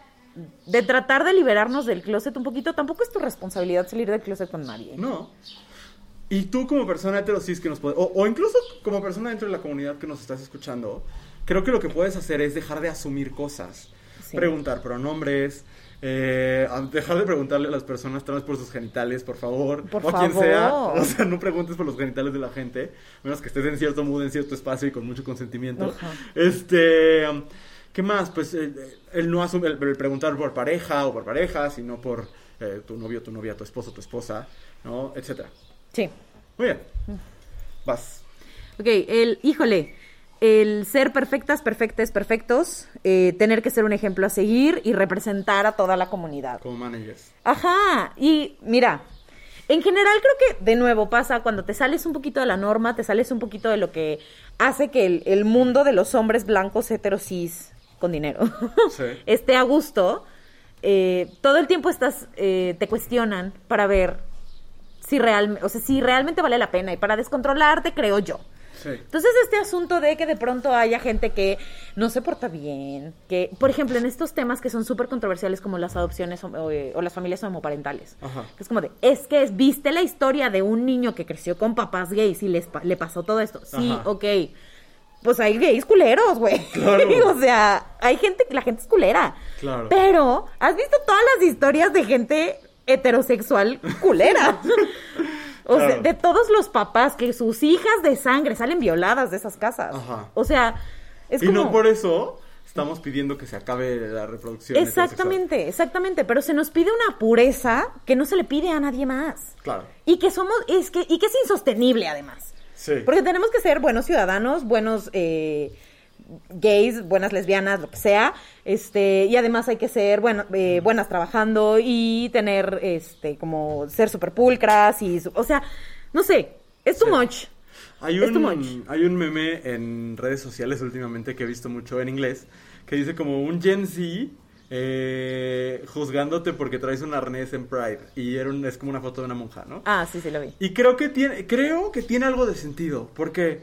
de tratar de liberarnos del closet un poquito, tampoco es tu responsabilidad salir del closet con nadie. No. Y tú como persona heterosis que nos puede, o, o incluso como persona dentro de la comunidad que nos estás escuchando, creo que lo que puedes hacer es dejar de asumir cosas. Sí. Preguntar pronombres, eh, a- dejar de preguntarle a las personas trans por sus genitales, por favor. Por o a quien favor. sea. O sea, no preguntes por los genitales de la gente, menos que estés en cierto mood, en cierto espacio y con mucho consentimiento. Ajá. Este... um, ¿Qué más? Pues el, el no asum- el, el preguntar por pareja o por pareja, sino por eh, tu novio, tu novia, tu esposo, tu esposa, ¿no? Etcétera. Sí. Muy bien. Vas. Ok, el, híjole, el ser perfectas, perfectes, perfectos, eh, tener que ser un ejemplo a seguir y representar a toda la comunidad. Como managers. Ajá, y mira, en general creo que de nuevo pasa cuando te sales un poquito de la norma, te sales un poquito de lo que hace que el, el mundo de los hombres blancos heterosis con dinero Sí. esté a gusto. Eh, todo el tiempo estás, eh, te cuestionan para ver si real, o sea, si realmente vale la pena y para descontrolarte, creo yo. Sí. Entonces, este asunto de que de pronto haya gente que no se porta bien, que, por ejemplo, en estos temas que son súper controversiales como las adopciones o, eh, o las familias homoparentales, Ajá. que es como de, es que viste la historia de un niño que creció con papás gays y les, pa- le pasó todo esto. Sí, Ajá. ok. Pues hay gays culeros, güey. Claro. O sea, hay gente, la gente es culera. Claro. Pero, ¿has visto todas las historias de gente heterosexual culera? O sea, Claro. de todos los papás que sus hijas de sangre salen violadas de esas casas. Ajá. O sea, es Y como... no por eso estamos pidiendo que se acabe la reproducción. Exactamente, exactamente. Pero se nos pide una pureza que no se le pide a nadie más. heterosexual. Claro. Y que somos, es que, y que es insostenible además. Sí. Porque tenemos que ser buenos ciudadanos, buenos eh, gays, buenas lesbianas, lo que sea, este, y además hay que ser bueno, eh, buenas trabajando y tener, este, como ser súper pulcras y, su- o sea, no sé, es too Sí. much. Hay Es too un, much. hay un meme en redes sociales últimamente que he visto mucho en inglés que dice como un Gen Z eh, juzgándote porque traes un arnés en Pride y era un- es como una foto de una monja, ¿no? Ah, sí, sí lo vi. Y creo que tiene, creo que tiene algo de sentido, porque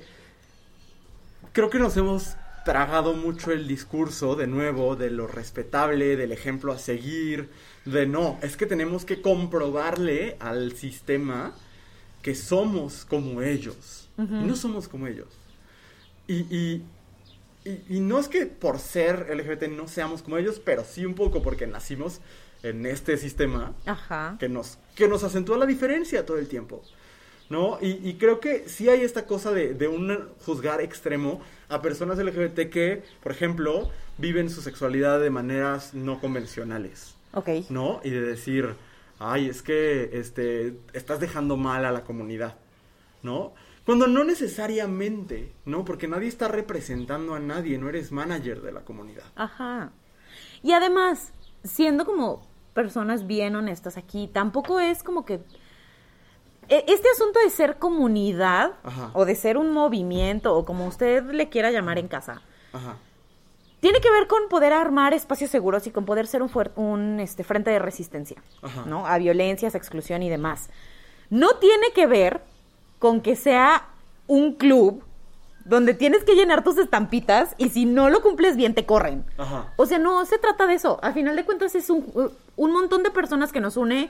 creo que nos hemos tragado mucho el discurso, de nuevo, de lo respetable, del ejemplo a seguir, de no, es que tenemos que comprobarle al sistema que somos como ellos. Y no somos como ellos. Y, y, y, y no es que por ser L G B T no seamos como ellos, pero sí un poco porque nacimos en este sistema Ajá. que nos, que nos acentúa la diferencia todo el tiempo, ¿no? Y, y creo que sí hay esta cosa de, de un juzgar extremo a personas L G B T que, por ejemplo, viven su sexualidad de maneras no convencionales, Ok. ¿no? Y de decir, ay, es que este, estás dejando mal a la comunidad, ¿no? Cuando no necesariamente, ¿no? Porque nadie está representando a nadie, no eres manager de la comunidad. Ajá. Y además, siendo como personas bien honestas aquí, tampoco es como que... este asunto de ser comunidad, Ajá. o de ser un movimiento, o como usted le quiera llamar en casa, Ajá. tiene que ver con poder armar espacios seguros y con poder ser un, fuer- un este, frente de resistencia, Ajá. ¿no? A violencias, a exclusión y demás. No tiene que ver con que sea un club donde tienes que llenar tus estampitas y si no lo cumples bien te corren. Ajá. O sea, no se trata de eso. Al final de cuentas es un, un montón de personas que nos une,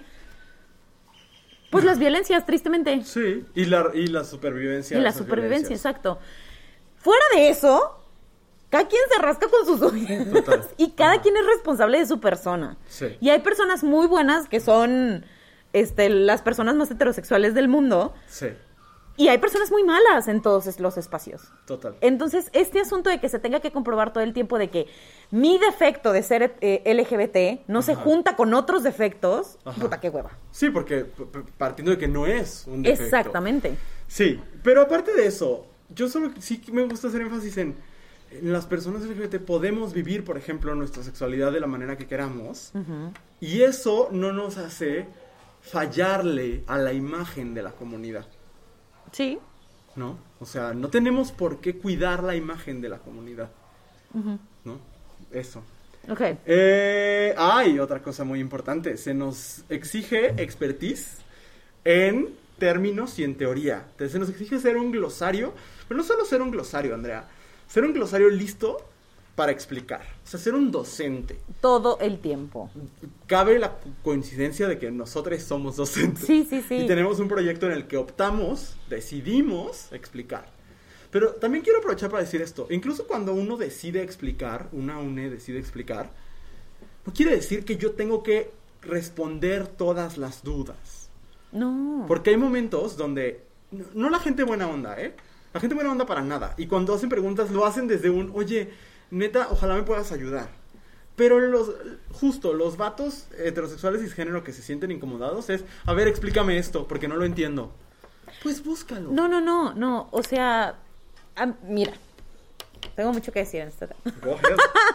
pues las violencias, tristemente. Sí, y la, y la supervivencia. Y de la esas supervivencia, violencias. exacto. Fuera de eso, cada quien se rasca con sus uñas. Total. Y cada Ajá. quien es responsable de su persona. Sí. Y hay personas muy buenas que son este, las personas más heterosexuales del mundo. Sí, Y hay personas muy malas en todos es- los espacios. total. Entonces, este asunto de que se tenga que comprobar todo el tiempo de que mi defecto de ser eh, L G B T no se Ajá. junta con otros defectos, Ajá. puta, qué hueva. Sí, porque p- p- partiendo de que no es un defecto. Exactamente. Sí, pero aparte de eso, yo solo sí que me gusta hacer énfasis en, en las personas L G B T podemos vivir, por ejemplo, nuestra sexualidad de la manera que queramos, Ujú. y eso no nos hace fallarle a la imagen de la comunidad, Sí. ¿no? O sea, no tenemos por qué cuidar la imagen de la comunidad, Ujú. ¿no? Eso. Ok. Eh, hay otra cosa muy importante, se nos exige expertise en términos y en teoría. Entonces, se nos exige ser un glosario, pero no solo ser un glosario, Andrea, ser un glosario listo para explicar, o sea, ser un docente. Todo el tiempo. Cabe la co- coincidencia de que nosotros somos docentes. Sí, sí, sí. Y tenemos un proyecto en el que optamos, decidimos explicar. Pero también quiero aprovechar para decir esto. Incluso cuando uno decide explicar, una UNE decide explicar, no quiere decir que yo tengo que responder todas las dudas. No. Porque hay momentos donde, no, no la gente buena onda, ¿eh? La gente buena onda para nada. Y cuando hacen preguntas lo hacen desde un, oye, neta, ojalá me puedas ayudar. Pero los, justo, los vatos heterosexuales cisgénero que se sienten incomodados es, a ver, explícame esto, porque no lo entiendo. Pues búscalo. No, no, no, no. O sea, ah, mira, tengo mucho que decir en este tema. Go ahead.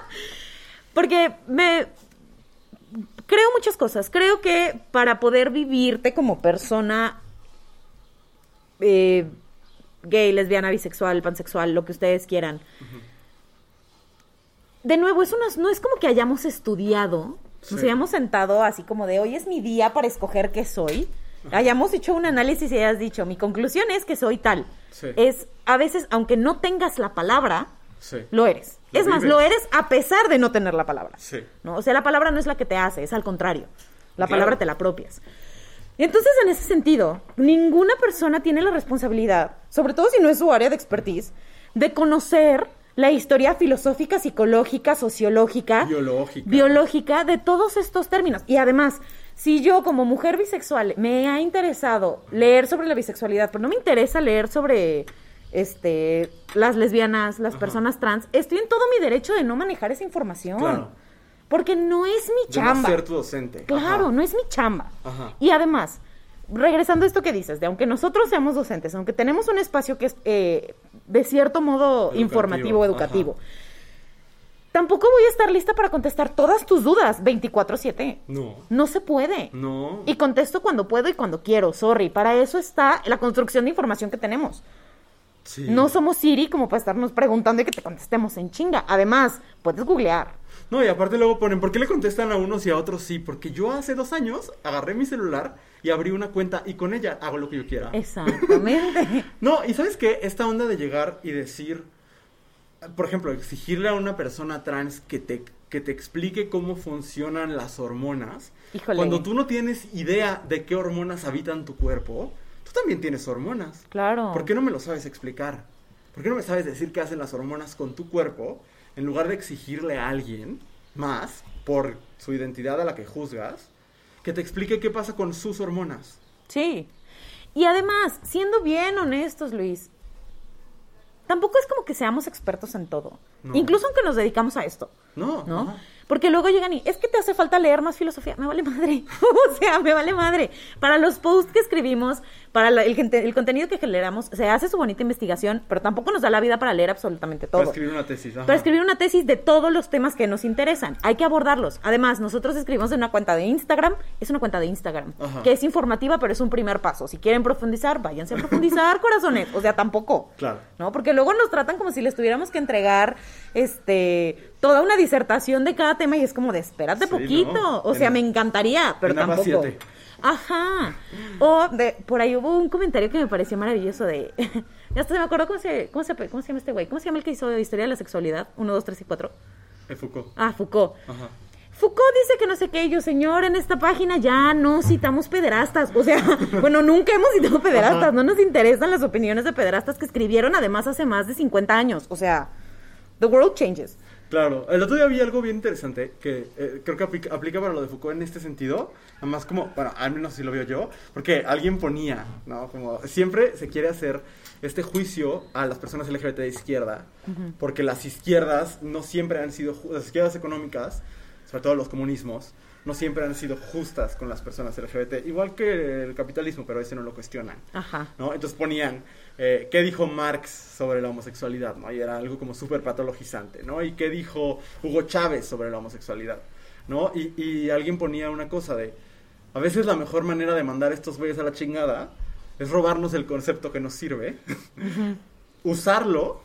Porque me creo muchas cosas. Creo que para poder vivirte como persona eh, gay, lesbiana, bisexual, pansexual, lo que ustedes quieran. De nuevo, es una, no es como que hayamos estudiado, nos Sí. hayamos sentado así como de hoy es mi día para escoger qué soy. Hayamos hecho un análisis y hayas dicho, mi conclusión es que soy tal. Sí. Es, a veces, aunque no tengas la palabra, Sí. lo eres. Lo es más, vives. lo eres a pesar de no tener la palabra. Sí. ¿No? O sea, la palabra no es la que te hace, es al contrario. La Claro. palabra te la apropias. Y entonces, en ese sentido, ninguna persona tiene la responsabilidad, sobre todo si no es su área de expertise, de conocer la historia filosófica, psicológica, sociológica, Biológica. biológica de todos estos términos. Y además, si yo como mujer bisexual me ha interesado leer sobre la bisexualidad, pero no me interesa leer sobre este las lesbianas, las Ajá. personas trans, estoy en todo mi derecho de no manejar esa información. Claro. Porque no es mi De no chamba. ser tu docente. Claro, Ajá. no es mi chamba. Ajá. Y además, regresando a esto que dices, de aunque nosotros seamos docentes, aunque tenemos un espacio que es eh, de cierto modo Educativo, informativo, educativo, ajá. tampoco voy a estar lista para contestar todas tus dudas veinticuatro siete. No. No se puede. No. Y contesto cuando puedo y cuando quiero, sorry. Para eso está la construcción de información que tenemos. Sí. No somos Siri como para estarnos preguntando y que te contestemos en chinga. Además, puedes googlear. No, y aparte luego ponen, ¿por qué le contestan a unos y a otros sí? Porque yo hace dos años agarré mi celular y abrí una cuenta y con ella hago lo que yo quiera. Exactamente. No, y ¿sabes qué? Esta onda de llegar y decir, por ejemplo, exigirle a una persona trans que te, que te explique cómo funcionan las hormonas. Híjole. Cuando tú no tienes idea de qué hormonas habitan tu cuerpo, tú también tienes hormonas. Claro. ¿Por qué no me lo sabes explicar? ¿Por qué no me sabes decir qué hacen las hormonas con tu cuerpo en lugar de exigirle a alguien más por su identidad a la que juzgas que te explique qué pasa con sus hormonas? Sí. Y además, siendo bien honestos, Luis, tampoco es como que seamos expertos en todo. No. Incluso aunque nos dedicamos a esto, No, ¿no? ajá. Porque luego llegan y, es que te hace falta leer más filosofía. Me vale madre. O sea, me vale madre. Para los posts que escribimos, para la- el, gente- el contenido que generamos, se hace su bonita investigación, pero tampoco nos da la vida para leer absolutamente todo. Para escribir una tesis. Ajá. Para escribir una tesis de todos los temas que nos interesan. Hay que abordarlos. Además, nosotros escribimos en una cuenta de Instagram. Es una cuenta de Instagram. Ajá. Que es informativa, pero es un primer paso. Si quieren profundizar, váyanse a profundizar, corazones. O sea, tampoco. Claro. ¿No? Porque luego nos tratan como si les tuviéramos que entregar este toda una disertación de cada tema y es como de espérate Sí, poquito. ¿no? O sea, En- me encantaría, pero en A B A tampoco. siete. Ajá. O de, por ahí hubo un comentario que me pareció maravilloso de... ya hasta me acuerdo cómo se, cómo, se, cómo se llama este güey. ¿Cómo se llama el que hizo Historia de la Sexualidad? Uno, dos, tres y cuatro. Eh, Foucault. Ah, Foucault. Ajá. Foucault dice que no sé qué, y yo, señor, en esta página ya no citamos pederastas. O sea, bueno, nunca hemos citado pederastas. Ajá. No nos interesan las opiniones de pederastas que escribieron además hace más de cincuenta años. O sea, the world changes. Claro, el otro día vi algo bien interesante que eh, creo que aplica, aplica para lo de Foucault en este sentido, además como, bueno, al menos así lo veo yo, porque alguien ponía, ¿no? Como siempre se quiere hacer este juicio a las personas L G B T de izquierda, uh-huh. porque las izquierdas no siempre han sido, ju- las izquierdas económicas, sobre todo los comunismos, no siempre han sido justas con las personas L G B T, igual que el capitalismo, pero ese no lo cuestionan, Ajá. ¿no? Entonces ponían, eh, ¿qué dijo Marx sobre la homosexualidad? ¿No? Y era algo como súper patologizante, ¿no? ¿Y qué dijo Hugo Chávez sobre la homosexualidad? ¿No? Y, y alguien ponía una cosa de, a veces la mejor manera de mandar a estos güeyes a la chingada es robarnos el concepto que nos sirve, uh-huh. usarlo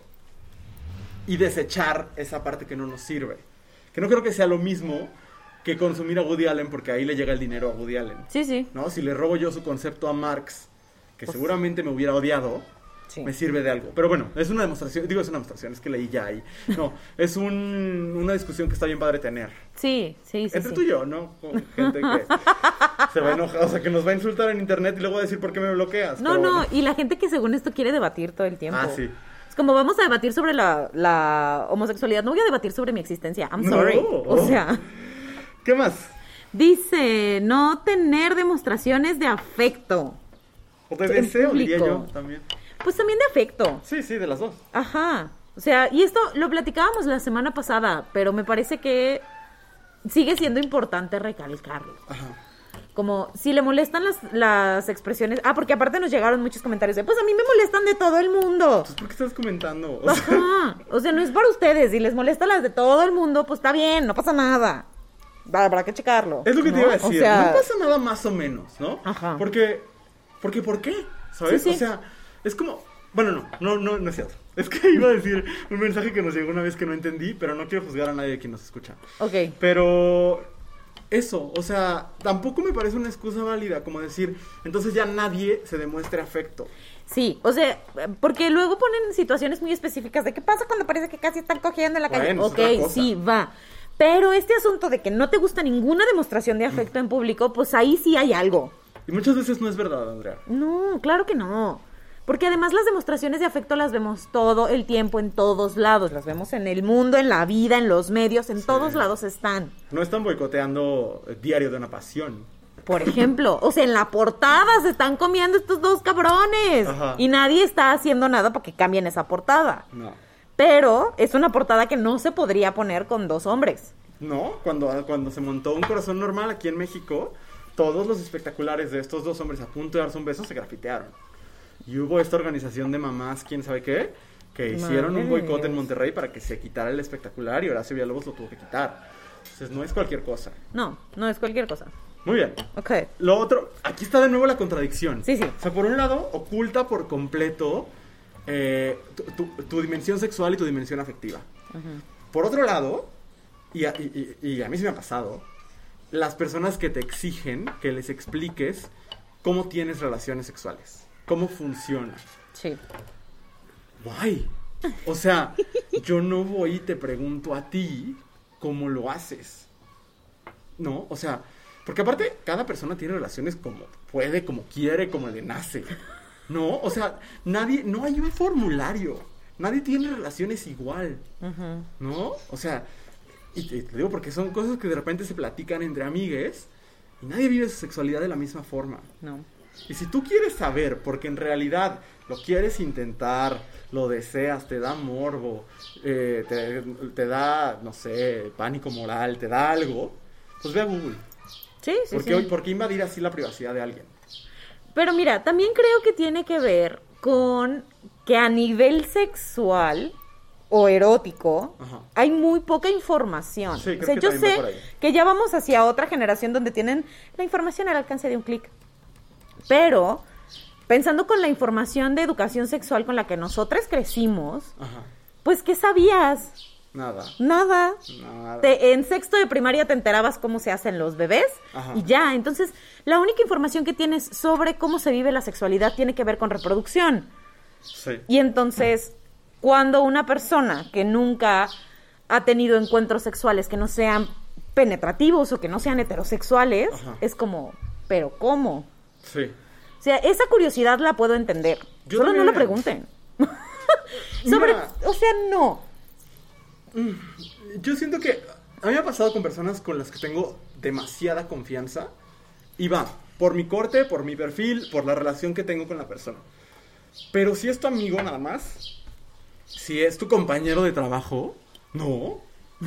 y desechar esa parte que no nos sirve. Que no creo que sea lo mismo que consumir a Woody Allen, porque ahí le llega el dinero a Woody Allen. Sí, sí. ¿No? Si le robo yo su concepto a Marx, que Pues, seguramente me hubiera odiado, sí. me sirve de algo. Pero bueno, es una demostración, digo es una demostración, es que leí ya ahí. No, es un, una discusión que está bien padre tener. Sí, sí, sí. Entre sí. tú y yo, ¿no? Con gente que se va a enojar, o sea, que nos va a insultar en internet y luego va a decir por qué me bloqueas. No, Pero no, bueno. y la gente que según esto quiere debatir todo el tiempo. Ah, sí. Es como vamos a debatir sobre la, la homosexualidad, no voy a debatir sobre mi existencia. I'm No. sorry. O sea, ¿Qué más? dice, no tener demostraciones de afecto. O de En deseo, diría público. yo también. Pues también de afecto. Sí, sí, de las dos. Ajá. O sea, y esto lo platicábamos la semana pasada, pero me parece que sigue siendo importante recalcarlo. Ajá. Como si le molestan las, las expresiones. Ah, porque aparte nos llegaron muchos comentarios de, pues a mí me molestan de todo el mundo. Entonces, ¿por qué estás comentando? O sea, Ajá. O sea, no es para ustedes. Si les molesta las de todo el mundo, pues está bien, no pasa nada. Habrá que checarlo. es lo que ¿no? te iba a decir. O sea, No pasa nada más o menos, ¿no? Ajá. Porque, porque ¿por qué? ¿Sabes? Sí, sí. O sea, es como... Bueno, no, no, no, no es cierto. Es que iba a decir un mensaje que nos llegó una vez que no entendí, pero no quiero juzgar a nadie de quien nos escucha. Ok. Pero eso, o sea, tampoco me parece una excusa válida como decir, entonces ya nadie se demuestre afecto. Sí, o sea, porque luego ponen situaciones muy específicas de qué pasa cuando parece que casi están cogiendo en la calle. Bueno, es Ok, otra cosa. sí, va. Pero este asunto de que no te gusta ninguna demostración de afecto en público, pues ahí sí hay algo. Y muchas veces no es verdad, Andrea. No, claro que no. Porque además las demostraciones de afecto las vemos todo el tiempo en todos lados. Las vemos en el mundo, en la vida, en los medios, en Sí. todos lados están. No están boicoteando el Diario de una Pasión. Por ejemplo, o sea, en la portada se están comiendo estos dos cabrones. Ajá. Y nadie está haciendo nada para que cambien esa portada. No. Pero es una portada que no se podría poner con dos hombres. No, cuando, cuando se montó Un Corazón Normal aquí en México, todos los espectaculares de estos dos hombres a punto de darse un beso se grafitearon. Y hubo esta organización de mamás, quién sabe qué, que hicieron Madre un de boicot en Dios. Monterrey para que se quitara el espectacular y Horacio Villalobos lo tuvo que quitar. Entonces no es cualquier cosa. No, no es cualquier cosa. Muy bien. Ok. Lo otro, aquí está de nuevo la contradicción. Sí, sí. O sea, por un lado, oculta por completo eh, tu, tu- tu dimensión sexual y tu dimensión afectiva. Por otro lado, y a, y- y- y a mí sí me ha pasado, las personas que te exigen que les expliques cómo tienes relaciones sexuales, cómo funciona. Sí. Guay. O sea, yo no voy y te pregunto a ti cómo lo haces. ¿No? O sea, porque aparte, cada persona tiene relaciones como puede, como quiere, como le nace. ¿No? O sea, nadie, no hay un formulario. Nadie tiene relaciones igual. Ujú. ¿No? O sea, y te, te digo porque son cosas que de repente se platican entre amigues y nadie vive su sexualidad de la misma forma. No. Y si tú quieres saber, porque en realidad lo quieres intentar, lo deseas, te da morbo, eh, te, te da, no sé, pánico moral, te da algo, pues ve a Google. Sí, sí, ¿Por sí. qué, ¿Por qué invadir así la privacidad de alguien? Pero mira, también creo que tiene que ver con que a nivel sexual o erótico, ajá, hay muy poca información. Sí, creo o sea, que yo sé por ahí. que ya vamos hacia otra generación donde tienen la información al alcance de un clic. Pero, pensando con la información de educación sexual con la que nosotros crecimos, ajá, pues, ¿qué sabías? Nada. Nada. Nada. Te, en sexto de primaria te enterabas cómo se hacen los bebés, ajá, y ya. Entonces, la única información que tienes sobre cómo se vive la sexualidad tiene que ver con reproducción. Sí. Y entonces, cuando una persona que nunca ha tenido encuentros sexuales que no sean penetrativos o que no sean heterosexuales, ajá, es como, ¿pero cómo? Sí. O sea, esa curiosidad la puedo entender. Yo Solo también. No lo pregunten. Sobre, Mira, o sea, no. Yo siento que a mí me ha pasado con personas con las que tengo demasiada confianza y va, por mi corte, por mi perfil, por la relación que tengo con la persona. Pero si es tu amigo nada más, si es tu compañero de trabajo, no.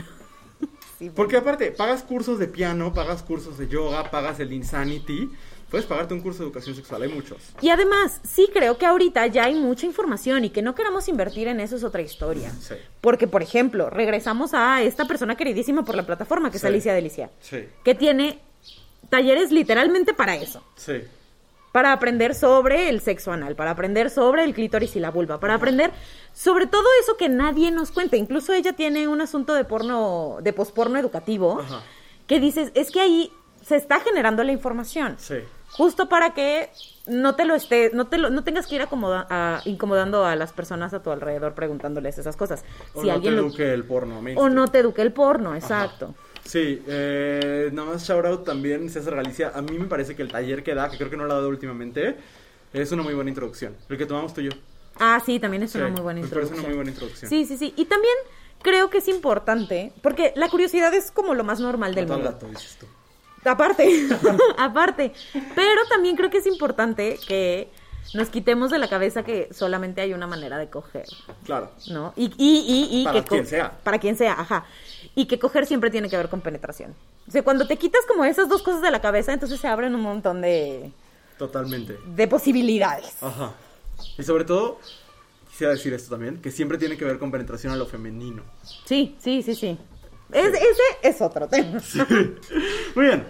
Sí, porque aparte, pagas cursos de piano, pagas cursos de yoga, pagas el Insanity, puedes pagarte un curso de educación sexual, hay muchos. Y además, sí creo que ahorita ya hay mucha información y que no queramos invertir en eso es otra historia. Sí. Porque, por ejemplo, regresamos a esta persona queridísima por la plataforma, que sí. es Alicia Delicia. Sí. Que tiene talleres literalmente para eso. Sí. Para aprender sobre el sexo anal, para aprender sobre el clítoris y la vulva, para aprender sobre todo eso que nadie nos cuenta. Incluso ella tiene un asunto de porno, de posporno educativo, ajá, que dices, es que ahí se está generando la información. Sí. Justo para que no te lo esté, no te lo, no tengas que ir acomoda, a, incomodando a las personas a tu alrededor preguntándoles esas cosas. O si no alguien te lo, eduque el porno. O no te eduque el porno, exacto. Ajá. Sí, eh, nada más shout out también César Galicia. A mí me parece que el taller que da, que creo que no lo ha dado últimamente, es una muy buena introducción. El que tomamos tú y yo. Ah, sí, también es sí, una muy buena me introducción. Me parece una muy buena introducción. Sí, sí, sí. Y también creo que es importante, porque la curiosidad es como lo más normal del mundo. Gato, dices tú. Aparte, aparte. Pero también creo que es importante que nos quitemos de la cabeza que solamente hay una manera de coger. Claro. ¿No? Y, y, y, y para que quien co- sea. Para quien sea, ajá. Y que coger siempre tiene que ver con penetración. O sea, cuando te quitas como esas dos cosas de la cabeza, entonces se abren un montón de... Totalmente. De posibilidades. Ajá. Y sobre todo, quisiera decir esto también, que siempre tiene que ver con penetración a lo femenino. Sí, sí, sí, sí. Es, sí. Ese es otro tema. Sí. Muy bien.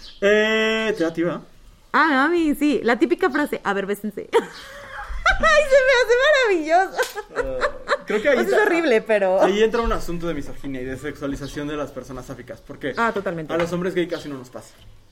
Eh, ¿Te da activa? Ah, a mí sí. La típica frase, a ver, bésense. ¡Ay, se me hace maravilloso! Uh, creo que ahí pues es horrible, pero... Ahí entra un asunto de misoginia y de sexualización de las personas sáficas. Porque ah, totalmente. A los hombres gay casi no nos pasa.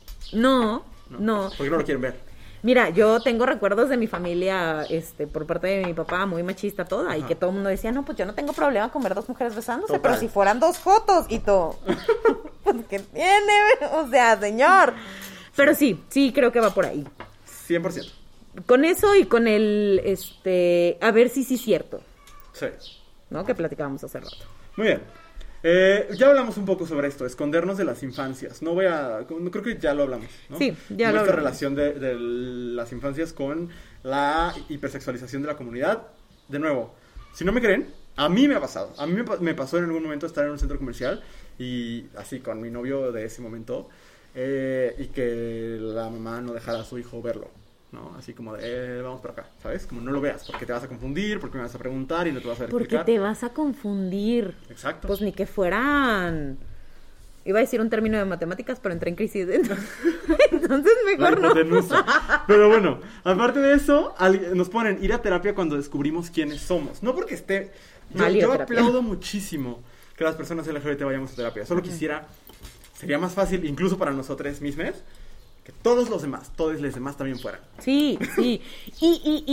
No, no. no. Porque no lo quieren ver. Mira, yo tengo recuerdos de mi familia, este, por parte de mi papá, muy machista toda, ajá, y que todo el mundo decía, no, pues yo no tengo problema con ver dos mujeres besándose, total, pero si fueran dos fotos, y todo, pues ¿qué tiene? O sea, señor. Pero sí, sí creo que va por ahí. cien por ciento. Con eso y con el, este, a ver si sí es cierto. Sí. ¿No? Que platicábamos hace rato. Muy bien. Eh, ya hablamos un poco sobre esto, escondernos de las infancias. No voy a... Creo que ya lo hablamos, ¿no? Sí, ya Nuestra lo hablamos. relación de, de las infancias con la hipersexualización de la comunidad. De nuevo, si no me creen, a mí me ha pasado. A mí me, me pasó en algún momento estar en un centro comercial y así con mi novio de ese momento eh, y que la mamá no dejara a su hijo verlo. ¿No? Así como de, eh, vamos por acá, ¿sabes? Como no lo veas, porque te vas a confundir, porque me vas a preguntar y no te vas a explicar. Porque te vas a confundir. Exacto. Pues ni que fueran... Iba a decir un término de matemáticas, pero entré en crisis. Entonces mejor no. Pero bueno, aparte de eso, nos ponen ir a terapia cuando descubrimos quiénes somos. No porque esté... Yo, yo aplaudo muchísimo que las personas L G B T vayamos a terapia. Solo quisiera... Sería más fácil, incluso para nosotros mismos, que todos los demás, todos los demás también fueran. Sí, sí. Y, y,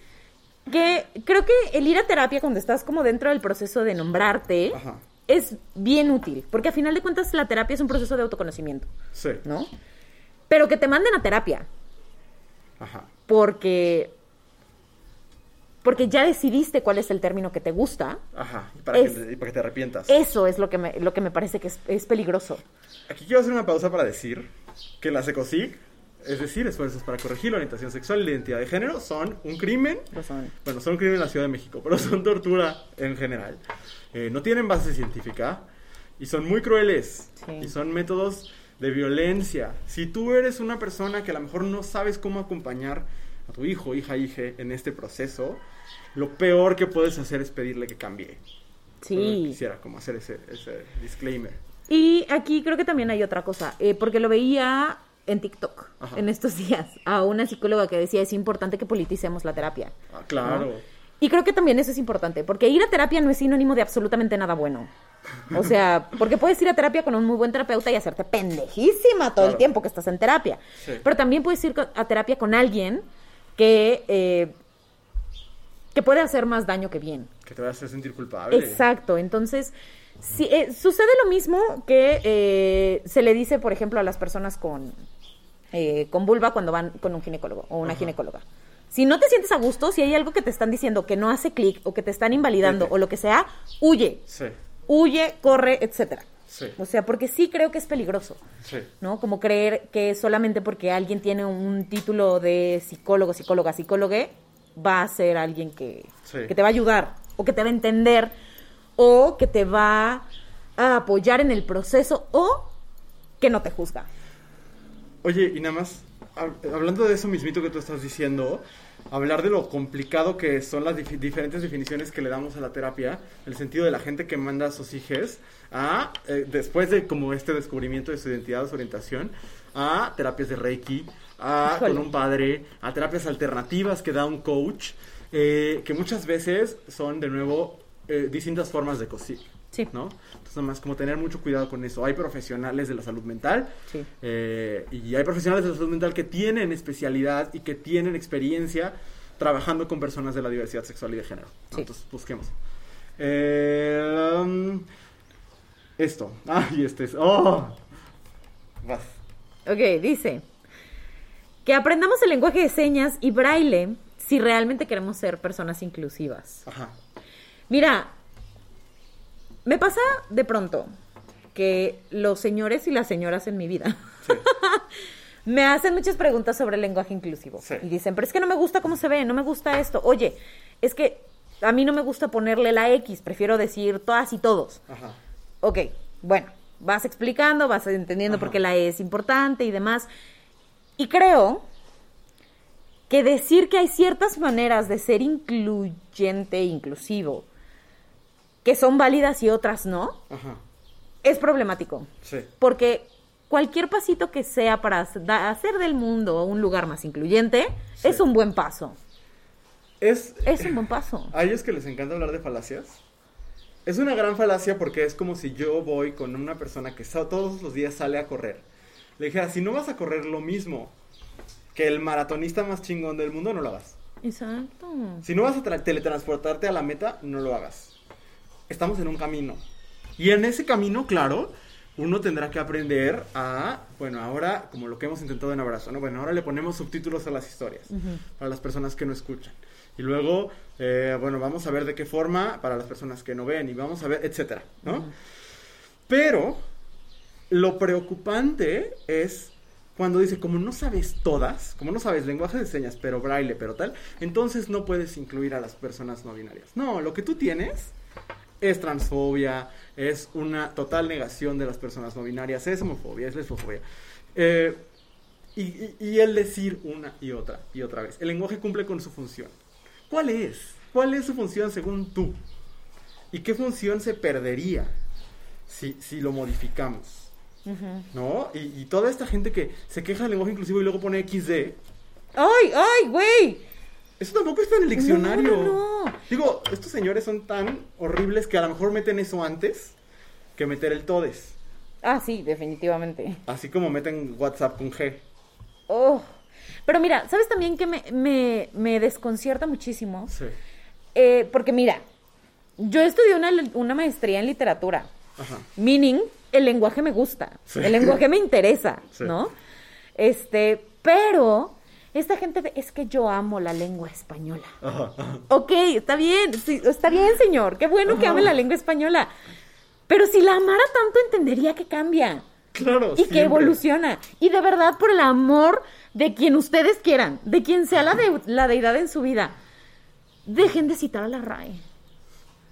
y que creo que el ir a terapia cuando estás como dentro del proceso de nombrarte, ajá, es bien útil. Porque a final de cuentas la terapia es un proceso de autoconocimiento. Sí. ¿No? Pero que te manden a terapia. Ajá. Porque... Porque ya decidiste cuál es el término que te gusta. Ajá, y para, es, que, y para que te arrepientas. Eso es lo que me, lo que me parece que es, es peligroso. Aquí quiero hacer una pausa para decir que las ECOSIG, es decir, esfuerzos para corregir la orientación sexual y la identidad de género, son un crimen. Lo son. Bueno, son un crimen en la Ciudad de México, pero son tortura en general. Eh, no tienen base científica y son muy crueles. Sí. Y son métodos de violencia. Si tú eres una persona que a lo mejor no sabes cómo acompañar a tu hijo, hija, hija en este proceso, lo peor que puedes hacer es pedirle que cambie. Sí. Solo quisiera como hacer ese, ese disclaimer. Y aquí creo que también hay otra cosa, eh, porque lo veía en TikTok, Ajá. en estos días, a una psicóloga que decía, es importante que politicemos la terapia. Ah, claro. ¿No? Y creo que también eso es importante, porque ir a terapia no es sinónimo de absolutamente nada bueno. O sea, porque puedes ir a terapia con un muy buen terapeuta y hacerte pendejísima todo claro. el tiempo que estás en terapia. Sí. Pero también puedes ir a terapia con alguien que, eh, que puede hacer más daño que bien. Que te va a hacer sentir culpable. Exacto, entonces... Sí, eh, sucede lo mismo que eh, se le dice, por ejemplo, a las personas con, eh, con vulva cuando van con un ginecólogo o una Ajá. ginecóloga. Si no te sientes a gusto, si hay algo que te están diciendo que no hace clic o que te están invalidando Vete. o lo que sea, huye. Sí. Huye, corre, etcétera. Sí. O sea, porque sí creo que es peligroso. Sí. ¿No? Como creer que solamente porque alguien tiene un título de psicólogo, psicóloga, psicólogue, va a ser alguien que, sí. que te va a ayudar o que te va a entender o que te va a apoyar en el proceso o que no te juzga. Oye, y nada más, hablando de eso mismito que tú estás diciendo, hablar de lo complicado que son las dif- diferentes definiciones que le damos a la terapia, en el sentido de la gente que manda a sus hijos a, eh, después de como este descubrimiento de su identidad, de su orientación, a terapias de Reiki, a Híjole. con un padre, a terapias alternativas que da un coach, eh, que muchas veces son, de nuevo, Eh, distintas formas de cosir, sí. ¿no? Entonces, nada más como tener mucho cuidado con eso. Hay profesionales de la salud mental sí. eh, y hay profesionales de la salud mental que tienen especialidad y que tienen experiencia trabajando con personas de la diversidad sexual y de género, ¿no? Sí. Entonces, busquemos. Eh, um, esto. Ah, y este es... ¡Oh! Vas. Ok, dice que aprendamos el lenguaje de señas y braille si realmente queremos ser personas inclusivas. Ajá. Mira, me pasa de pronto que los señores y las señoras en mi vida sí. me hacen muchas preguntas sobre el lenguaje inclusivo. Sí. Y dicen, pero es que no me gusta cómo se ve, no me gusta esto. Oye, es que a mí no me gusta ponerle la X, prefiero decir todas y todos. Ajá. Ok, bueno, vas explicando, vas entendiendo Ajá. por qué la E es importante y demás. Y creo que decir que hay ciertas maneras de ser incluyente e inclusivo que son válidas y otras no, Ajá. es problemático. Sí. Porque cualquier pasito que sea para hacer del mundo un lugar más incluyente sí. es un buen paso. Es, es un buen paso. A ellos que les encanta hablar de falacias. Es una gran falacia porque es como si yo voy con una persona que todos los días sale a correr. Le dijera, si no vas a correr lo mismo que el maratonista más chingón del mundo, no lo hagas. Exacto. Si no vas a tra- teletransportarte a la meta, no lo hagas. Estamos en un camino. Y en ese camino, claro, uno tendrá que aprender a, bueno, ahora, como lo que hemos intentado en Abrazo, ¿no? Bueno, ahora le ponemos subtítulos a las historias, uh-huh. para las personas que no escuchan. Y luego, eh, bueno, vamos a ver de qué forma para las personas que no ven, y vamos a ver, etcétera, ¿no? Uh-huh. Pero, lo preocupante es cuando dice, como no sabes todas, como no sabes lenguaje de señas, pero braille, pero tal, entonces no puedes incluir a las personas no binarias. No, lo que tú tienes es transfobia, es una total negación de las personas no binarias, es homofobia, es lesbofobia. Eh, y, y, y el decir una y otra y otra vez. El lenguaje cumple con su función. ¿Cuál es? ¿Cuál es su función según tú? ¿Y qué función se perdería si, si lo modificamos? Uh-huh. ¿No? Y, y toda esta gente que se queja del lenguaje inclusivo y luego pone equis de. ¡Ay, ay, güey! Eso tampoco está en el diccionario. No, no, no. Digo, estos señores son tan horribles que a lo mejor meten eso antes que meter el todes. Ah, sí, definitivamente. Así como meten WhatsApp con G. Oh, pero mira, ¿sabes también que me, me, me desconcierta muchísimo? Sí. Eh, porque mira, yo estudié una, una maestría en literatura. Ajá. Meaning, el lenguaje me gusta. Sí. El lenguaje me interesa, sí. ¿no? Este, pero esta gente de, es que yo amo la lengua española. Ajá, ajá. Ok, está bien, sí, está bien, señor. Qué bueno ajá. que ame la lengua española. Pero si la amara tanto, entendería que cambia. Claro, Y siempre. que evoluciona. Y de verdad, por el amor de quien ustedes quieran, de quien sea la, de, la deidad en su vida, dejen de citar a la R A E.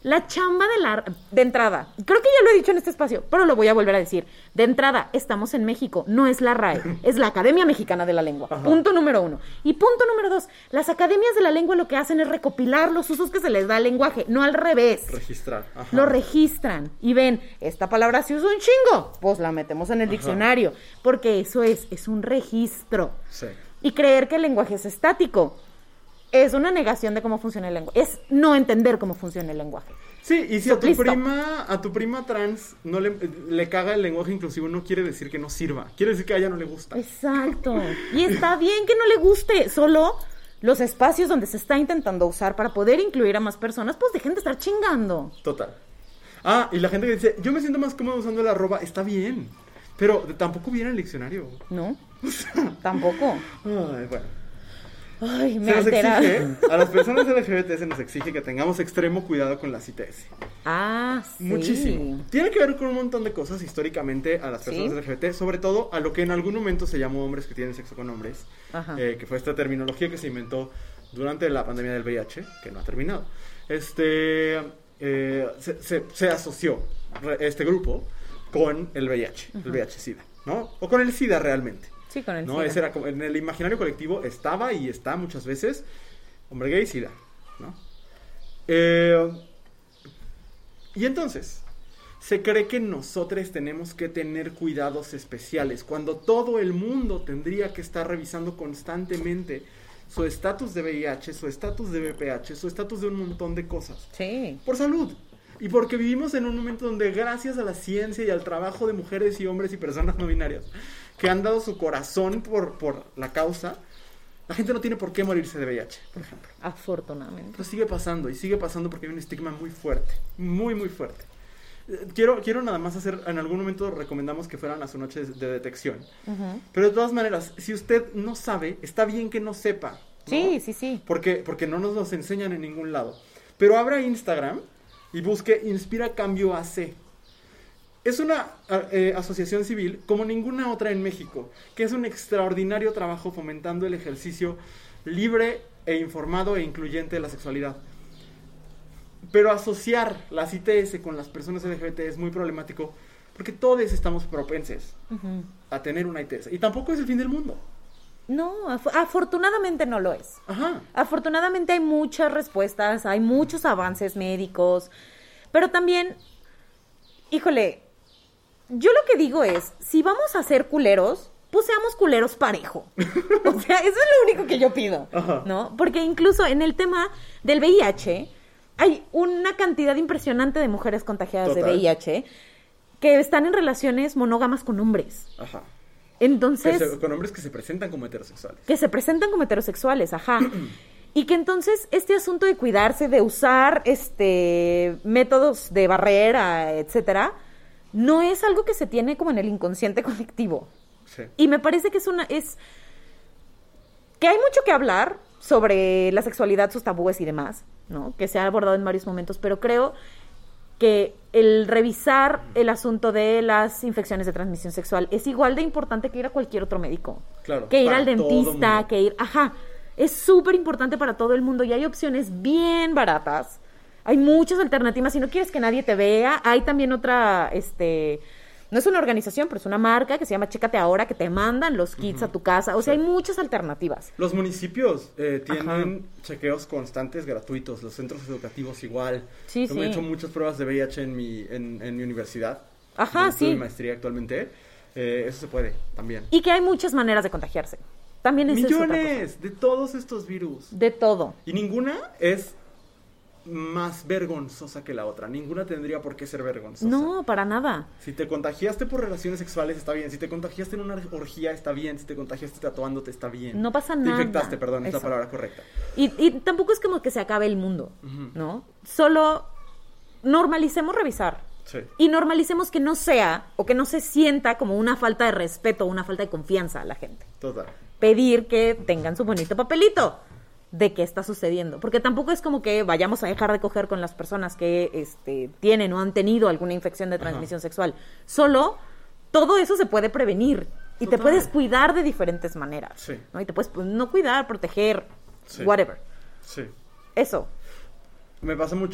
La chamba de la... De entrada, creo que ya lo he dicho en este espacio, pero lo voy a volver a decir. De entrada, estamos en México, no es la R A E, es la Academia Mexicana de la Lengua. Ajá. Punto número uno. Y punto número dos, las academias de la lengua lo que hacen es recopilar los usos que se les da al lenguaje, no al revés. Registrar. Ajá. Lo registran y ven, esta palabra se usa un chingo, pues la metemos en el Ajá. diccionario, porque eso es, es un registro. Sí. Y creer que el lenguaje es estático es una negación de cómo funciona el lenguaje. Es no entender cómo funciona el lenguaje. Sí, y si So, a tu listo. prima, a tu prima trans no le, le caga el lenguaje inclusivo, no quiere decir que no sirva. Quiere decir que a ella no le gusta. Exacto. Y está bien que no le guste. Solo los espacios donde se está intentando usar para poder incluir a más personas, pues dejen de estar chingando. Total. Ah, y la gente que dice, yo me siento más cómodo usando el arroba, está bien. Pero tampoco viene el diccionario. No, tampoco. Ay, bueno. Ay, me se nos altera. exige, a las personas L G B T se nos exige que tengamos extremo cuidado con las I T S. Ah, sí. Muchísimo. Tiene que ver con un montón de cosas históricamente a las personas ¿Sí? L G B T, sobre todo a lo que en algún momento se llamó hombres que tienen sexo con hombres, eh, que fue esta terminología que se inventó durante la pandemia del V I H, que no ha terminado. Este, eh, se, se, se asoció este grupo con el V I H, uh-huh. el V I H-Sida, ¿no? O con el SIDA realmente. Sí, con el ¿no? SIDA. Ese era como, en el imaginario colectivo estaba y está muchas veces hombre gay, SIDA, ¿no? Eh, y entonces, se cree que nosotros tenemos que tener cuidados especiales, cuando todo el mundo tendría que estar revisando constantemente su estatus de V I H, su estatus de V P H, su estatus de un montón de cosas. Sí. Por salud. Y porque vivimos en un momento donde gracias a la ciencia y al trabajo de mujeres y hombres y personas no binarias que han dado su corazón por, por la causa, la gente no tiene por qué morirse de V I H, por ejemplo. Afortunadamente. Pero sigue pasando, y sigue pasando porque hay un estigma muy fuerte, muy, muy fuerte. Quiero, quiero nada más hacer, en algún momento recomendamos que fueran a su noche de, de detección. Uh-huh. Pero de todas maneras, si usted no sabe, está bien que no sepa, ¿no? Sí, sí, sí. Porque, porque no nos los enseñan en ningún lado. Pero abra Instagram y busque Inspira Cambio A C. Es una eh, asociación civil como ninguna otra en México, que es un extraordinario trabajo fomentando el ejercicio libre e informado e incluyente de la sexualidad. Pero asociar las I T S con las personas L G B T es muy problemático porque todos estamos propensos uh-huh. a tener una I T S. Y tampoco es el fin del mundo. No, af- afortunadamente no lo es. Ajá. Afortunadamente hay muchas respuestas, hay muchos avances médicos, pero también, híjole, yo lo que digo es, si vamos a ser culeros, pues seamos culeros parejo. O sea, eso es lo único que yo pido, Ajá. ¿no? Porque incluso en el tema del V I H, hay una cantidad impresionante de mujeres contagiadas Total. de V I H que están en relaciones monógamas con hombres. Ajá. Entonces... Se, con hombres que se presentan como heterosexuales. Que se presentan como heterosexuales, ajá. Y que entonces este asunto de cuidarse, de usar este métodos de barrera, etcétera, no es algo que se tiene como en el inconsciente colectivo. Sí. Y me parece que es una... es que hay mucho que hablar sobre la sexualidad, sus tabúes y demás, ¿no? Que se ha abordado en varios momentos, pero creo que el revisar el asunto de las infecciones de transmisión sexual es igual de importante que ir a cualquier otro médico. Claro. Que ir al dentista, que ir... Ajá. Es súper importante para todo el mundo y hay opciones bien baratas. Hay muchas alternativas. Si no quieres que nadie te vea, hay también otra, este... No es una organización, pero es una marca que se llama Chécate Ahora, que te mandan los kits uh-huh. a tu casa. O sea, sí. hay muchas alternativas. Los municipios eh, tienen Ajá. chequeos constantes gratuitos. Los centros educativos igual. Sí, Yo sí. me he hecho muchas pruebas de V I H en mi, en, en mi universidad. Ajá, sí. mi maestría actualmente. Eh, eso se puede también. Y que hay muchas maneras de contagiarse. También es Millones de todos estos virus. De todo. Y ninguna es más vergonzosa que la otra. Ninguna tendría por qué ser vergonzosa. No, para nada. Si te contagiaste por relaciones sexuales, está bien. Si te contagiaste en una orgía, está bien. Si te contagiaste tatuándote, está bien. No pasa te nada. Te infectaste, perdón, Eso. es la palabra correcta. Y, y tampoco es como que se acabe el mundo, uh-huh. ¿no? Solo normalicemos revisar. Sí. Y normalicemos que no sea o que no se sienta como una falta de respeto o una falta de confianza a la gente. Total. Pedir que tengan su bonito papelito de qué está sucediendo, porque tampoco es como que vayamos a dejar de coger con las personas que este, tienen o han tenido alguna infección de transmisión Ajá. sexual. Solo todo eso se puede prevenir y Total. te puedes cuidar de diferentes maneras. Sí. ¿no? Y te puedes pues, no cuidar, proteger, sí. whatever. Sí. Eso. Me pasa mucho.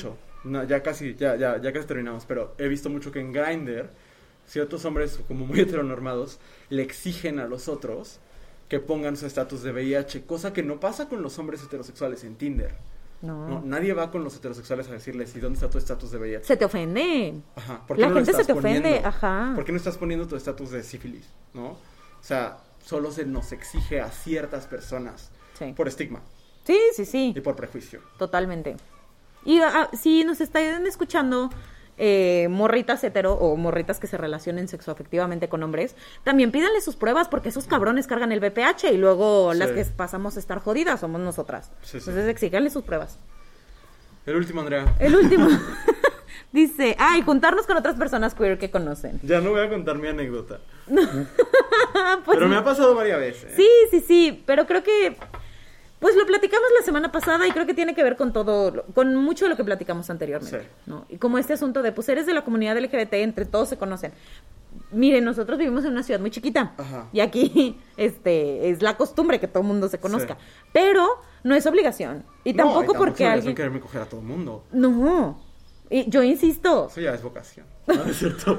no, ya casi, ya, ya, ya casi terminamos, pero he visto mucho que en Grindr ciertos hombres como muy heteronormados le exigen a los otros que pongan su estatus de V I H, cosa que no pasa con los hombres heterosexuales en Tinder. No. No, nadie va con los heterosexuales a decirles, ¿y dónde está tu estatus de V I H? Se te ofende. Ajá. ¿Por qué La no lo gente se estás te ofende, poniendo? ajá. ¿Por qué no estás poniendo tu estatus de sífilis? ¿No? O sea, solo se nos exige a ciertas personas Sí. por estigma Sí, sí, sí. y por prejuicio. Totalmente. Y ah, si nos están escuchando eh, morritas hetero o morritas que se relacionen sexoafectivamente con hombres, también pídanle sus pruebas porque esos cabrones cargan el V P H y luego Sí. las que pasamos a estar jodidas somos nosotras. Sí, sí. Entonces exíganle sus pruebas. El último, Andrea. El último. Dice, ay, juntarnos con otras personas queer que conocen. Ya no voy a contar mi anécdota. Pues, Pero me ha pasado varias veces. sí, sí, sí, pero creo que pues lo platicamos la semana pasada y creo que tiene que ver con todo, lo- con mucho de lo que platicamos anteriormente, Sí. ¿no? Y como este asunto de, pues eres de la comunidad L G B T, entre todos se conocen. Miren, nosotros vivimos en una ciudad muy chiquita Ajá. y aquí este es la costumbre que todo el mundo se conozca, Sí. pero no es obligación y No, tampoco y tampoco porque es obligación alguien quererme coger a todo el mundo. no, y yo insisto, Eso ya es vocación. ¿No es cierto?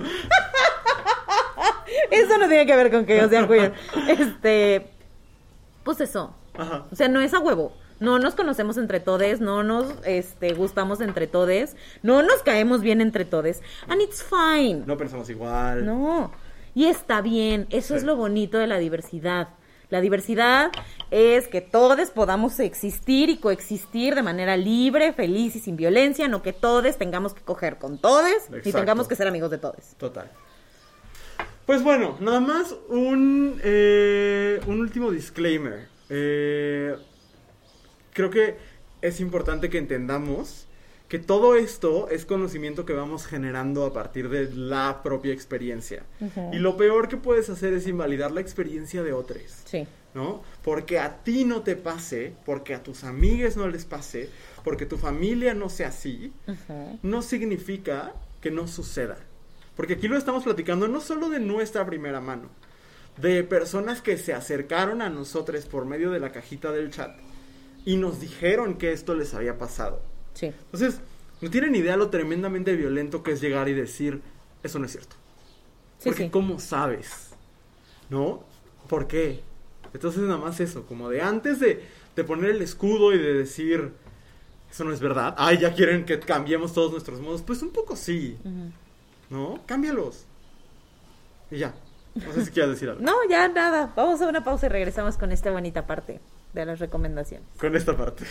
eso no tiene que ver con que yo sea queer, este, pues eso. Ajá. O sea, no es a huevo. No nos conocemos entre todes, no nos este, gustamos entre todes, no nos caemos bien entre todes. And it's fine. No pensamos igual. No. Y está bien. Eso Sí. es lo bonito de la diversidad. La diversidad es que todos podamos existir y coexistir de manera libre, feliz y sin violencia, no que todos tengamos que coger con todos y Exacto. tengamos que ser amigos de todos. Total. Pues bueno, nada más un, eh, un último disclaimer. Eh, creo que es importante que entendamos que todo esto es conocimiento que vamos generando a partir de la propia experiencia. Ujú. Y lo peor que puedes hacer es invalidar la experiencia de otros. Sí. ¿No? Porque a ti no te pase, porque a tus amigues no les pase, porque tu familia no sea así, Ujú. no significa que no suceda. Porque aquí lo estamos platicando no solo de nuestra primera mano, de personas que se acercaron a nosotros por medio de la cajita del chat y nos dijeron que esto les había pasado. Sí. Entonces, no tienen idea lo tremendamente violento que es llegar y decir, eso no es cierto. Sí, Porque sí. ¿cómo sabes? ¿No? ¿Por qué? Entonces nada más eso, como de antes de, de poner el escudo y de decir, eso no es verdad, ay, ya quieren que cambiemos todos nuestros modos, pues un poco sí, Ujú. ¿no? Cámbialos. Y ya, no sé si quieres decir algo. No, ya nada. Vamos a una pausa y regresamos con esta bonita parte de las recomendaciones. Con esta parte.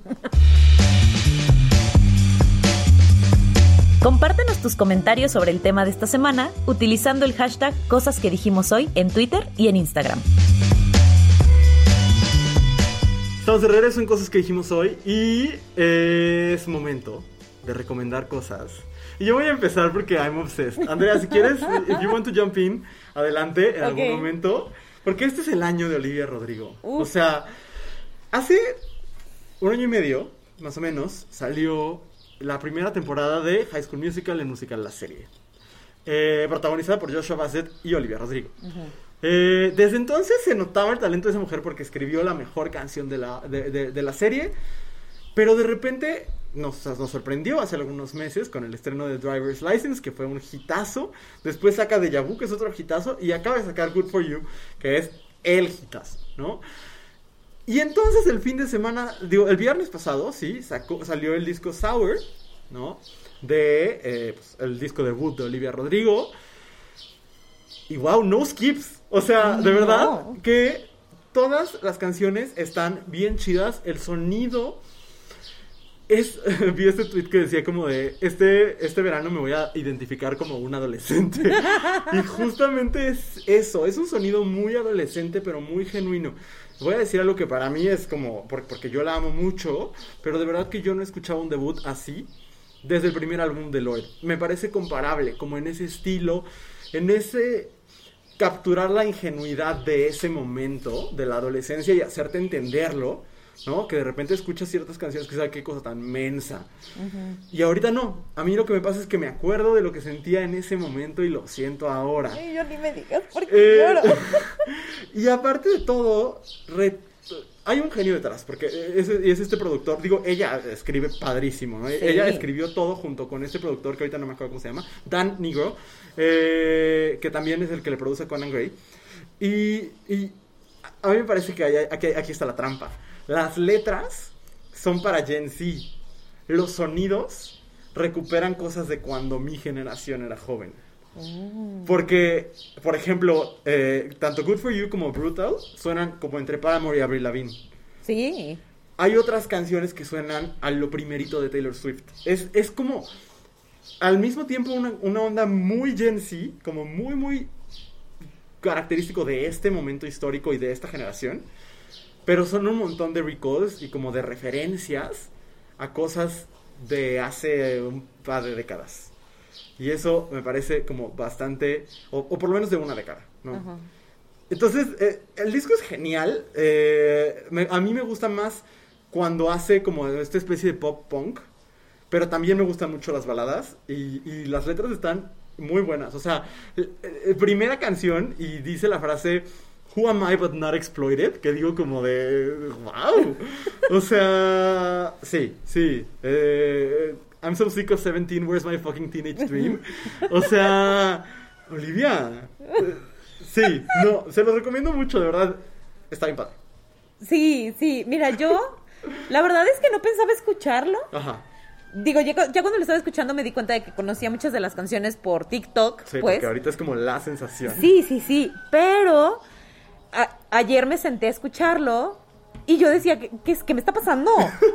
Compártenos tus comentarios sobre el tema de esta semana utilizando el hashtag Cosas que dijimos hoy en Twitter y en Instagram. Estamos de regreso en cosas que dijimos hoy y eh, es momento de recomendar cosas. Y yo voy a empezar porque I'm obsessed. Andrea, si quieres, if you want to jump in, adelante en algún Ok. momento. Porque este es el año de Olivia Rodrigo. Uf. O sea, hace un año y medio, más o menos, salió la primera temporada de High School Musical, el musical La Serie. Eh, protagonizada por Joshua Bassett y Olivia Rodrigo. Eh, desde entonces se notaba el talento de esa mujer porque escribió la mejor canción de la, de, de- de la serie, pero de repente nos, nos sorprendió hace algunos meses con el estreno de Driver's License, que fue un hitazo. Después saca Deja Vu, que es otro hitazo, y acaba de sacar Good For You, que es el hitazo, ¿no? Y entonces el fin de semana, digo, el viernes pasado, sí, sacó, salió el disco Sour, ¿no? De, eh, pues, el disco debut de Olivia Rodrigo. Y wow, no skips. O sea, de No. verdad que todas las canciones están bien chidas. El sonido es... Vi este tweet que decía como de, este, este verano me voy a identificar como un adolescente. Y justamente es eso, es un sonido muy adolescente, pero muy genuino. Voy a decir algo que para mí es como, por- porque yo la amo mucho, pero de verdad que yo no escuchaba un debut así desde el primer álbum de Lloyd. Me parece comparable, como en ese estilo, en ese capturar la ingenuidad de ese momento, de la adolescencia y hacerte entenderlo, ¿no? Que de repente escuchas ciertas canciones que sabes qué cosa tan mensa. Y ahorita no. A mí lo que me pasa es que me acuerdo de lo que sentía en ese momento y lo siento ahora. Ay, yo ni me digas porque Eh, lloro. y aparte de todo, re- hay un genio detrás, porque es, es este productor, digo, ella escribe padrísimo, ¿no? Sí. Ella escribió todo junto con este productor, que ahorita no me acuerdo cómo se llama, Dan Nigro, eh, que también es el que le produce a Conan Gray. Y, y a mí me parece que hay, aquí, aquí está la trampa. Las letras son para Gen Z. Los sonidos recuperan cosas de cuando mi generación era joven. Oh. Porque, por ejemplo, eh, tanto Good For You como Brutal suenan como entre Paramore y Avril Lavigne. Sí. Hay otras canciones que suenan a lo primerito de Taylor Swift. Es, es como, al mismo tiempo, una, una onda muy Gen Z, como muy, muy característico de este momento histórico y de esta generación. Pero son un montón de recalls y como de referencias a cosas de hace un par de décadas. Y eso me parece como bastante, o, o por lo menos de una década, ¿no? Uh-huh. Entonces, eh, el disco es genial. Eh, me, a mí me gusta más cuando hace como esta especie de pop punk, pero también me gustan mucho las baladas y, y las letras están muy buenas. O sea, eh, eh, primera canción y dice la frase Who am I but not exploited? Que digo como de wow. O sea, sí, sí. Eh, I'm so sick of seventeen, where's my fucking teenage dream? O sea, Olivia. Eh, sí, no, se los recomiendo mucho, de verdad. Está bien padre. Sí, sí. Mira, yo la verdad es que no pensaba escucharlo. Ajá. Digo, ya, ya cuando lo estaba escuchando me di cuenta de que conocía muchas de las canciones por TikTok. Sí, pues. Porque ahorita es como la sensación. Sí, sí, sí. Pero a, ayer me senté a escucharlo y yo decía, ¿qué, qué, qué me está pasando?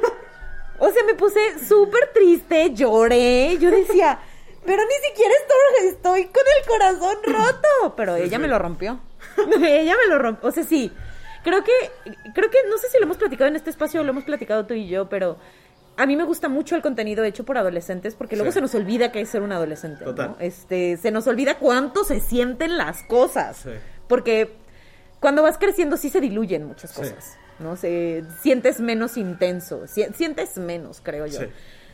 O sea, me puse súper triste, lloré. Yo decía, pero ni siquiera estoy, estoy con el corazón roto. Pero ella me lo rompió. Ella me lo rompió. O sea, sí. Creo que, creo que, no sé si lo hemos platicado en este espacio o lo hemos platicado tú y yo, pero a mí me gusta mucho el contenido hecho por adolescentes porque luego sí. se nos olvida que es ser un adolescente. Total. ¿No? Este, se nos olvida cuánto se sienten las cosas. Sí. Porque cuando vas creciendo sí se diluyen muchas cosas. Sí. ¿No? Se, sientes menos intenso, si, sientes menos, creo yo. Sí.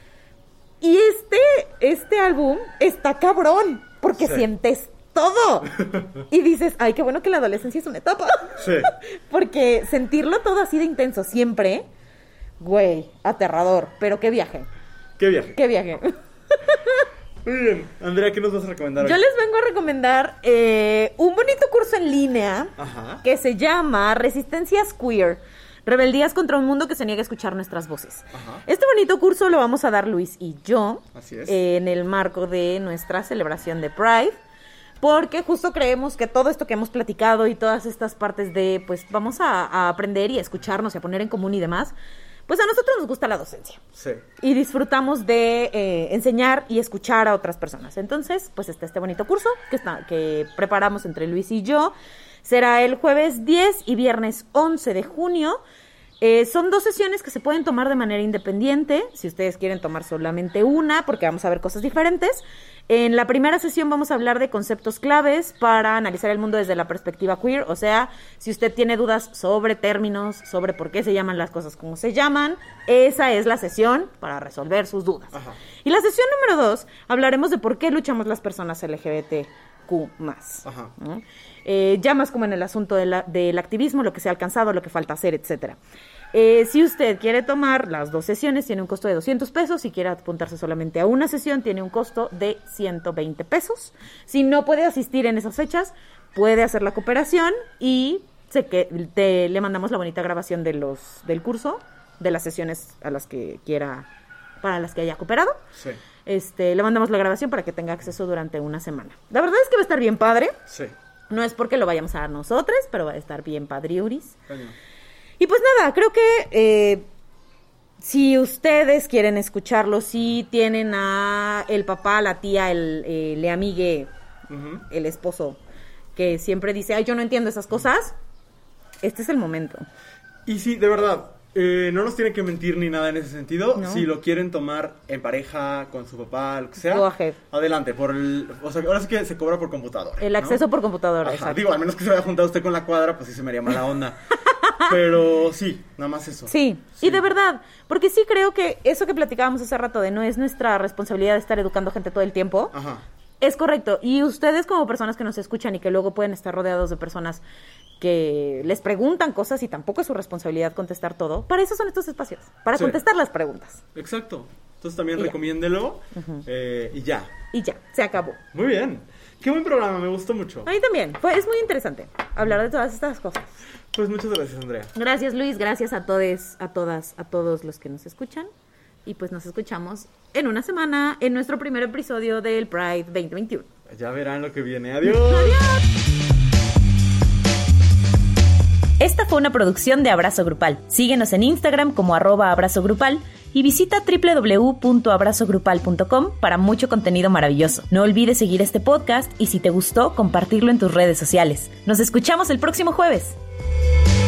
Y este, este álbum está cabrón, porque sí. sientes todo. Y dices, ay, qué bueno que la adolescencia es una etapa. Sí. Porque sentirlo todo así de intenso siempre, güey, aterrador. Pero qué viaje. Qué viaje. Qué viaje. Muy bien. Andrea, ¿qué nos vas a recomendar Yo hoy? les vengo a recomendar eh, un bonito curso en línea. Ajá. Que se llama Resistencias Queer. Rebeldías contra un mundo que se niega a escuchar nuestras voces. Ajá. Este bonito curso lo vamos a dar Luis y yo. Así es. Eh, en el marco de nuestra celebración de Pride. Porque justo creemos que todo esto que hemos platicado y todas estas partes de, pues, vamos a, a aprender y a escucharnos y a poner en común y demás, pues a nosotros nos gusta la docencia. Sí. Y disfrutamos de eh, enseñar y escuchar a otras personas. Entonces, pues está este bonito curso que, está, que preparamos entre Luis y yo. Será el jueves diez y viernes once de junio. Eh, son dos sesiones que se pueden tomar de manera independiente, si ustedes quieren tomar solamente una, porque vamos a ver cosas diferentes. En la primera sesión vamos a hablar de conceptos claves para analizar el mundo desde la perspectiva queer, o sea, si usted tiene dudas sobre términos, sobre por qué se llaman las cosas como se llaman, esa es la sesión para resolver sus dudas. Ajá. Y la sesión número dos, hablaremos de por qué luchamos las personas L G B T Q más. Ajá. ¿No? Eh, ya más como en el asunto de la, del activismo, lo que se ha alcanzado, lo que falta hacer, etcétera. Eh, si usted quiere tomar las dos sesiones, tiene un costo de doscientos pesos. Si quiere apuntarse solamente a una sesión, tiene un costo de ciento veinte pesos. Si no puede asistir en esas fechas, puede hacer la cooperación y se que, te, le mandamos la bonita grabación de los del curso, de las sesiones a las que quiera, para las que haya cooperado. Sí. Este, le mandamos la grabación para que tenga acceso durante una semana. La verdad es que va a estar bien padre. Sí. No es porque lo vayamos a dar nosotros, pero va a estar bien padriuris. Bueno. Y pues nada, creo que eh, si ustedes quieren escucharlo, si tienen a el papá, la tía, el eh, le amigue, uh-huh. el esposo, que siempre dice, ay, yo no entiendo esas cosas, este es el momento. Y sí, de verdad, eh, no nos tienen que mentir ni nada en ese sentido. ¿No? Si lo quieren tomar en pareja, con su papá, lo que sea, adelante. Por el, o sea, ahora sí que se cobra por computadora. El acceso, ¿no? Por computadora, Ajá, exacto. Digo, al menos que se vaya juntado usted con la cuadra, pues sí se me haría mala onda. Pero sí, nada más eso. Sí, sí, y de verdad, porque sí creo que eso que platicábamos hace rato de no es nuestra responsabilidad de estar educando gente todo el tiempo. Ajá. Es correcto. Y ustedes como personas que nos escuchan y que luego pueden estar rodeados de personas que les preguntan cosas y tampoco es su responsabilidad contestar todo. Para eso son estos espacios, para Sí. contestar las preguntas. Exacto. Entonces también Y ya. recomiéndelo eh, y ya. Y ya, se acabó. Muy bien. Qué buen programa, me gustó mucho. A mí también, fue, es muy interesante hablar de todas estas cosas. Pues muchas gracias, Andrea. Gracias, Luis, gracias a todos, a todas, a todos los que nos escuchan. Y pues nos escuchamos en una semana en nuestro primer episodio del Pride veinte veintiuno. Ya verán lo que viene. Adiós. Esta fue una producción de Abrazo Grupal. Síguenos en Instagram como arroba abrazo grupal y visita doble u doble u doble u punto abrazo grupal punto com para mucho contenido maravilloso. No olvides seguir este podcast y si te gustó, compartirlo en tus redes sociales. Nos escuchamos el próximo jueves.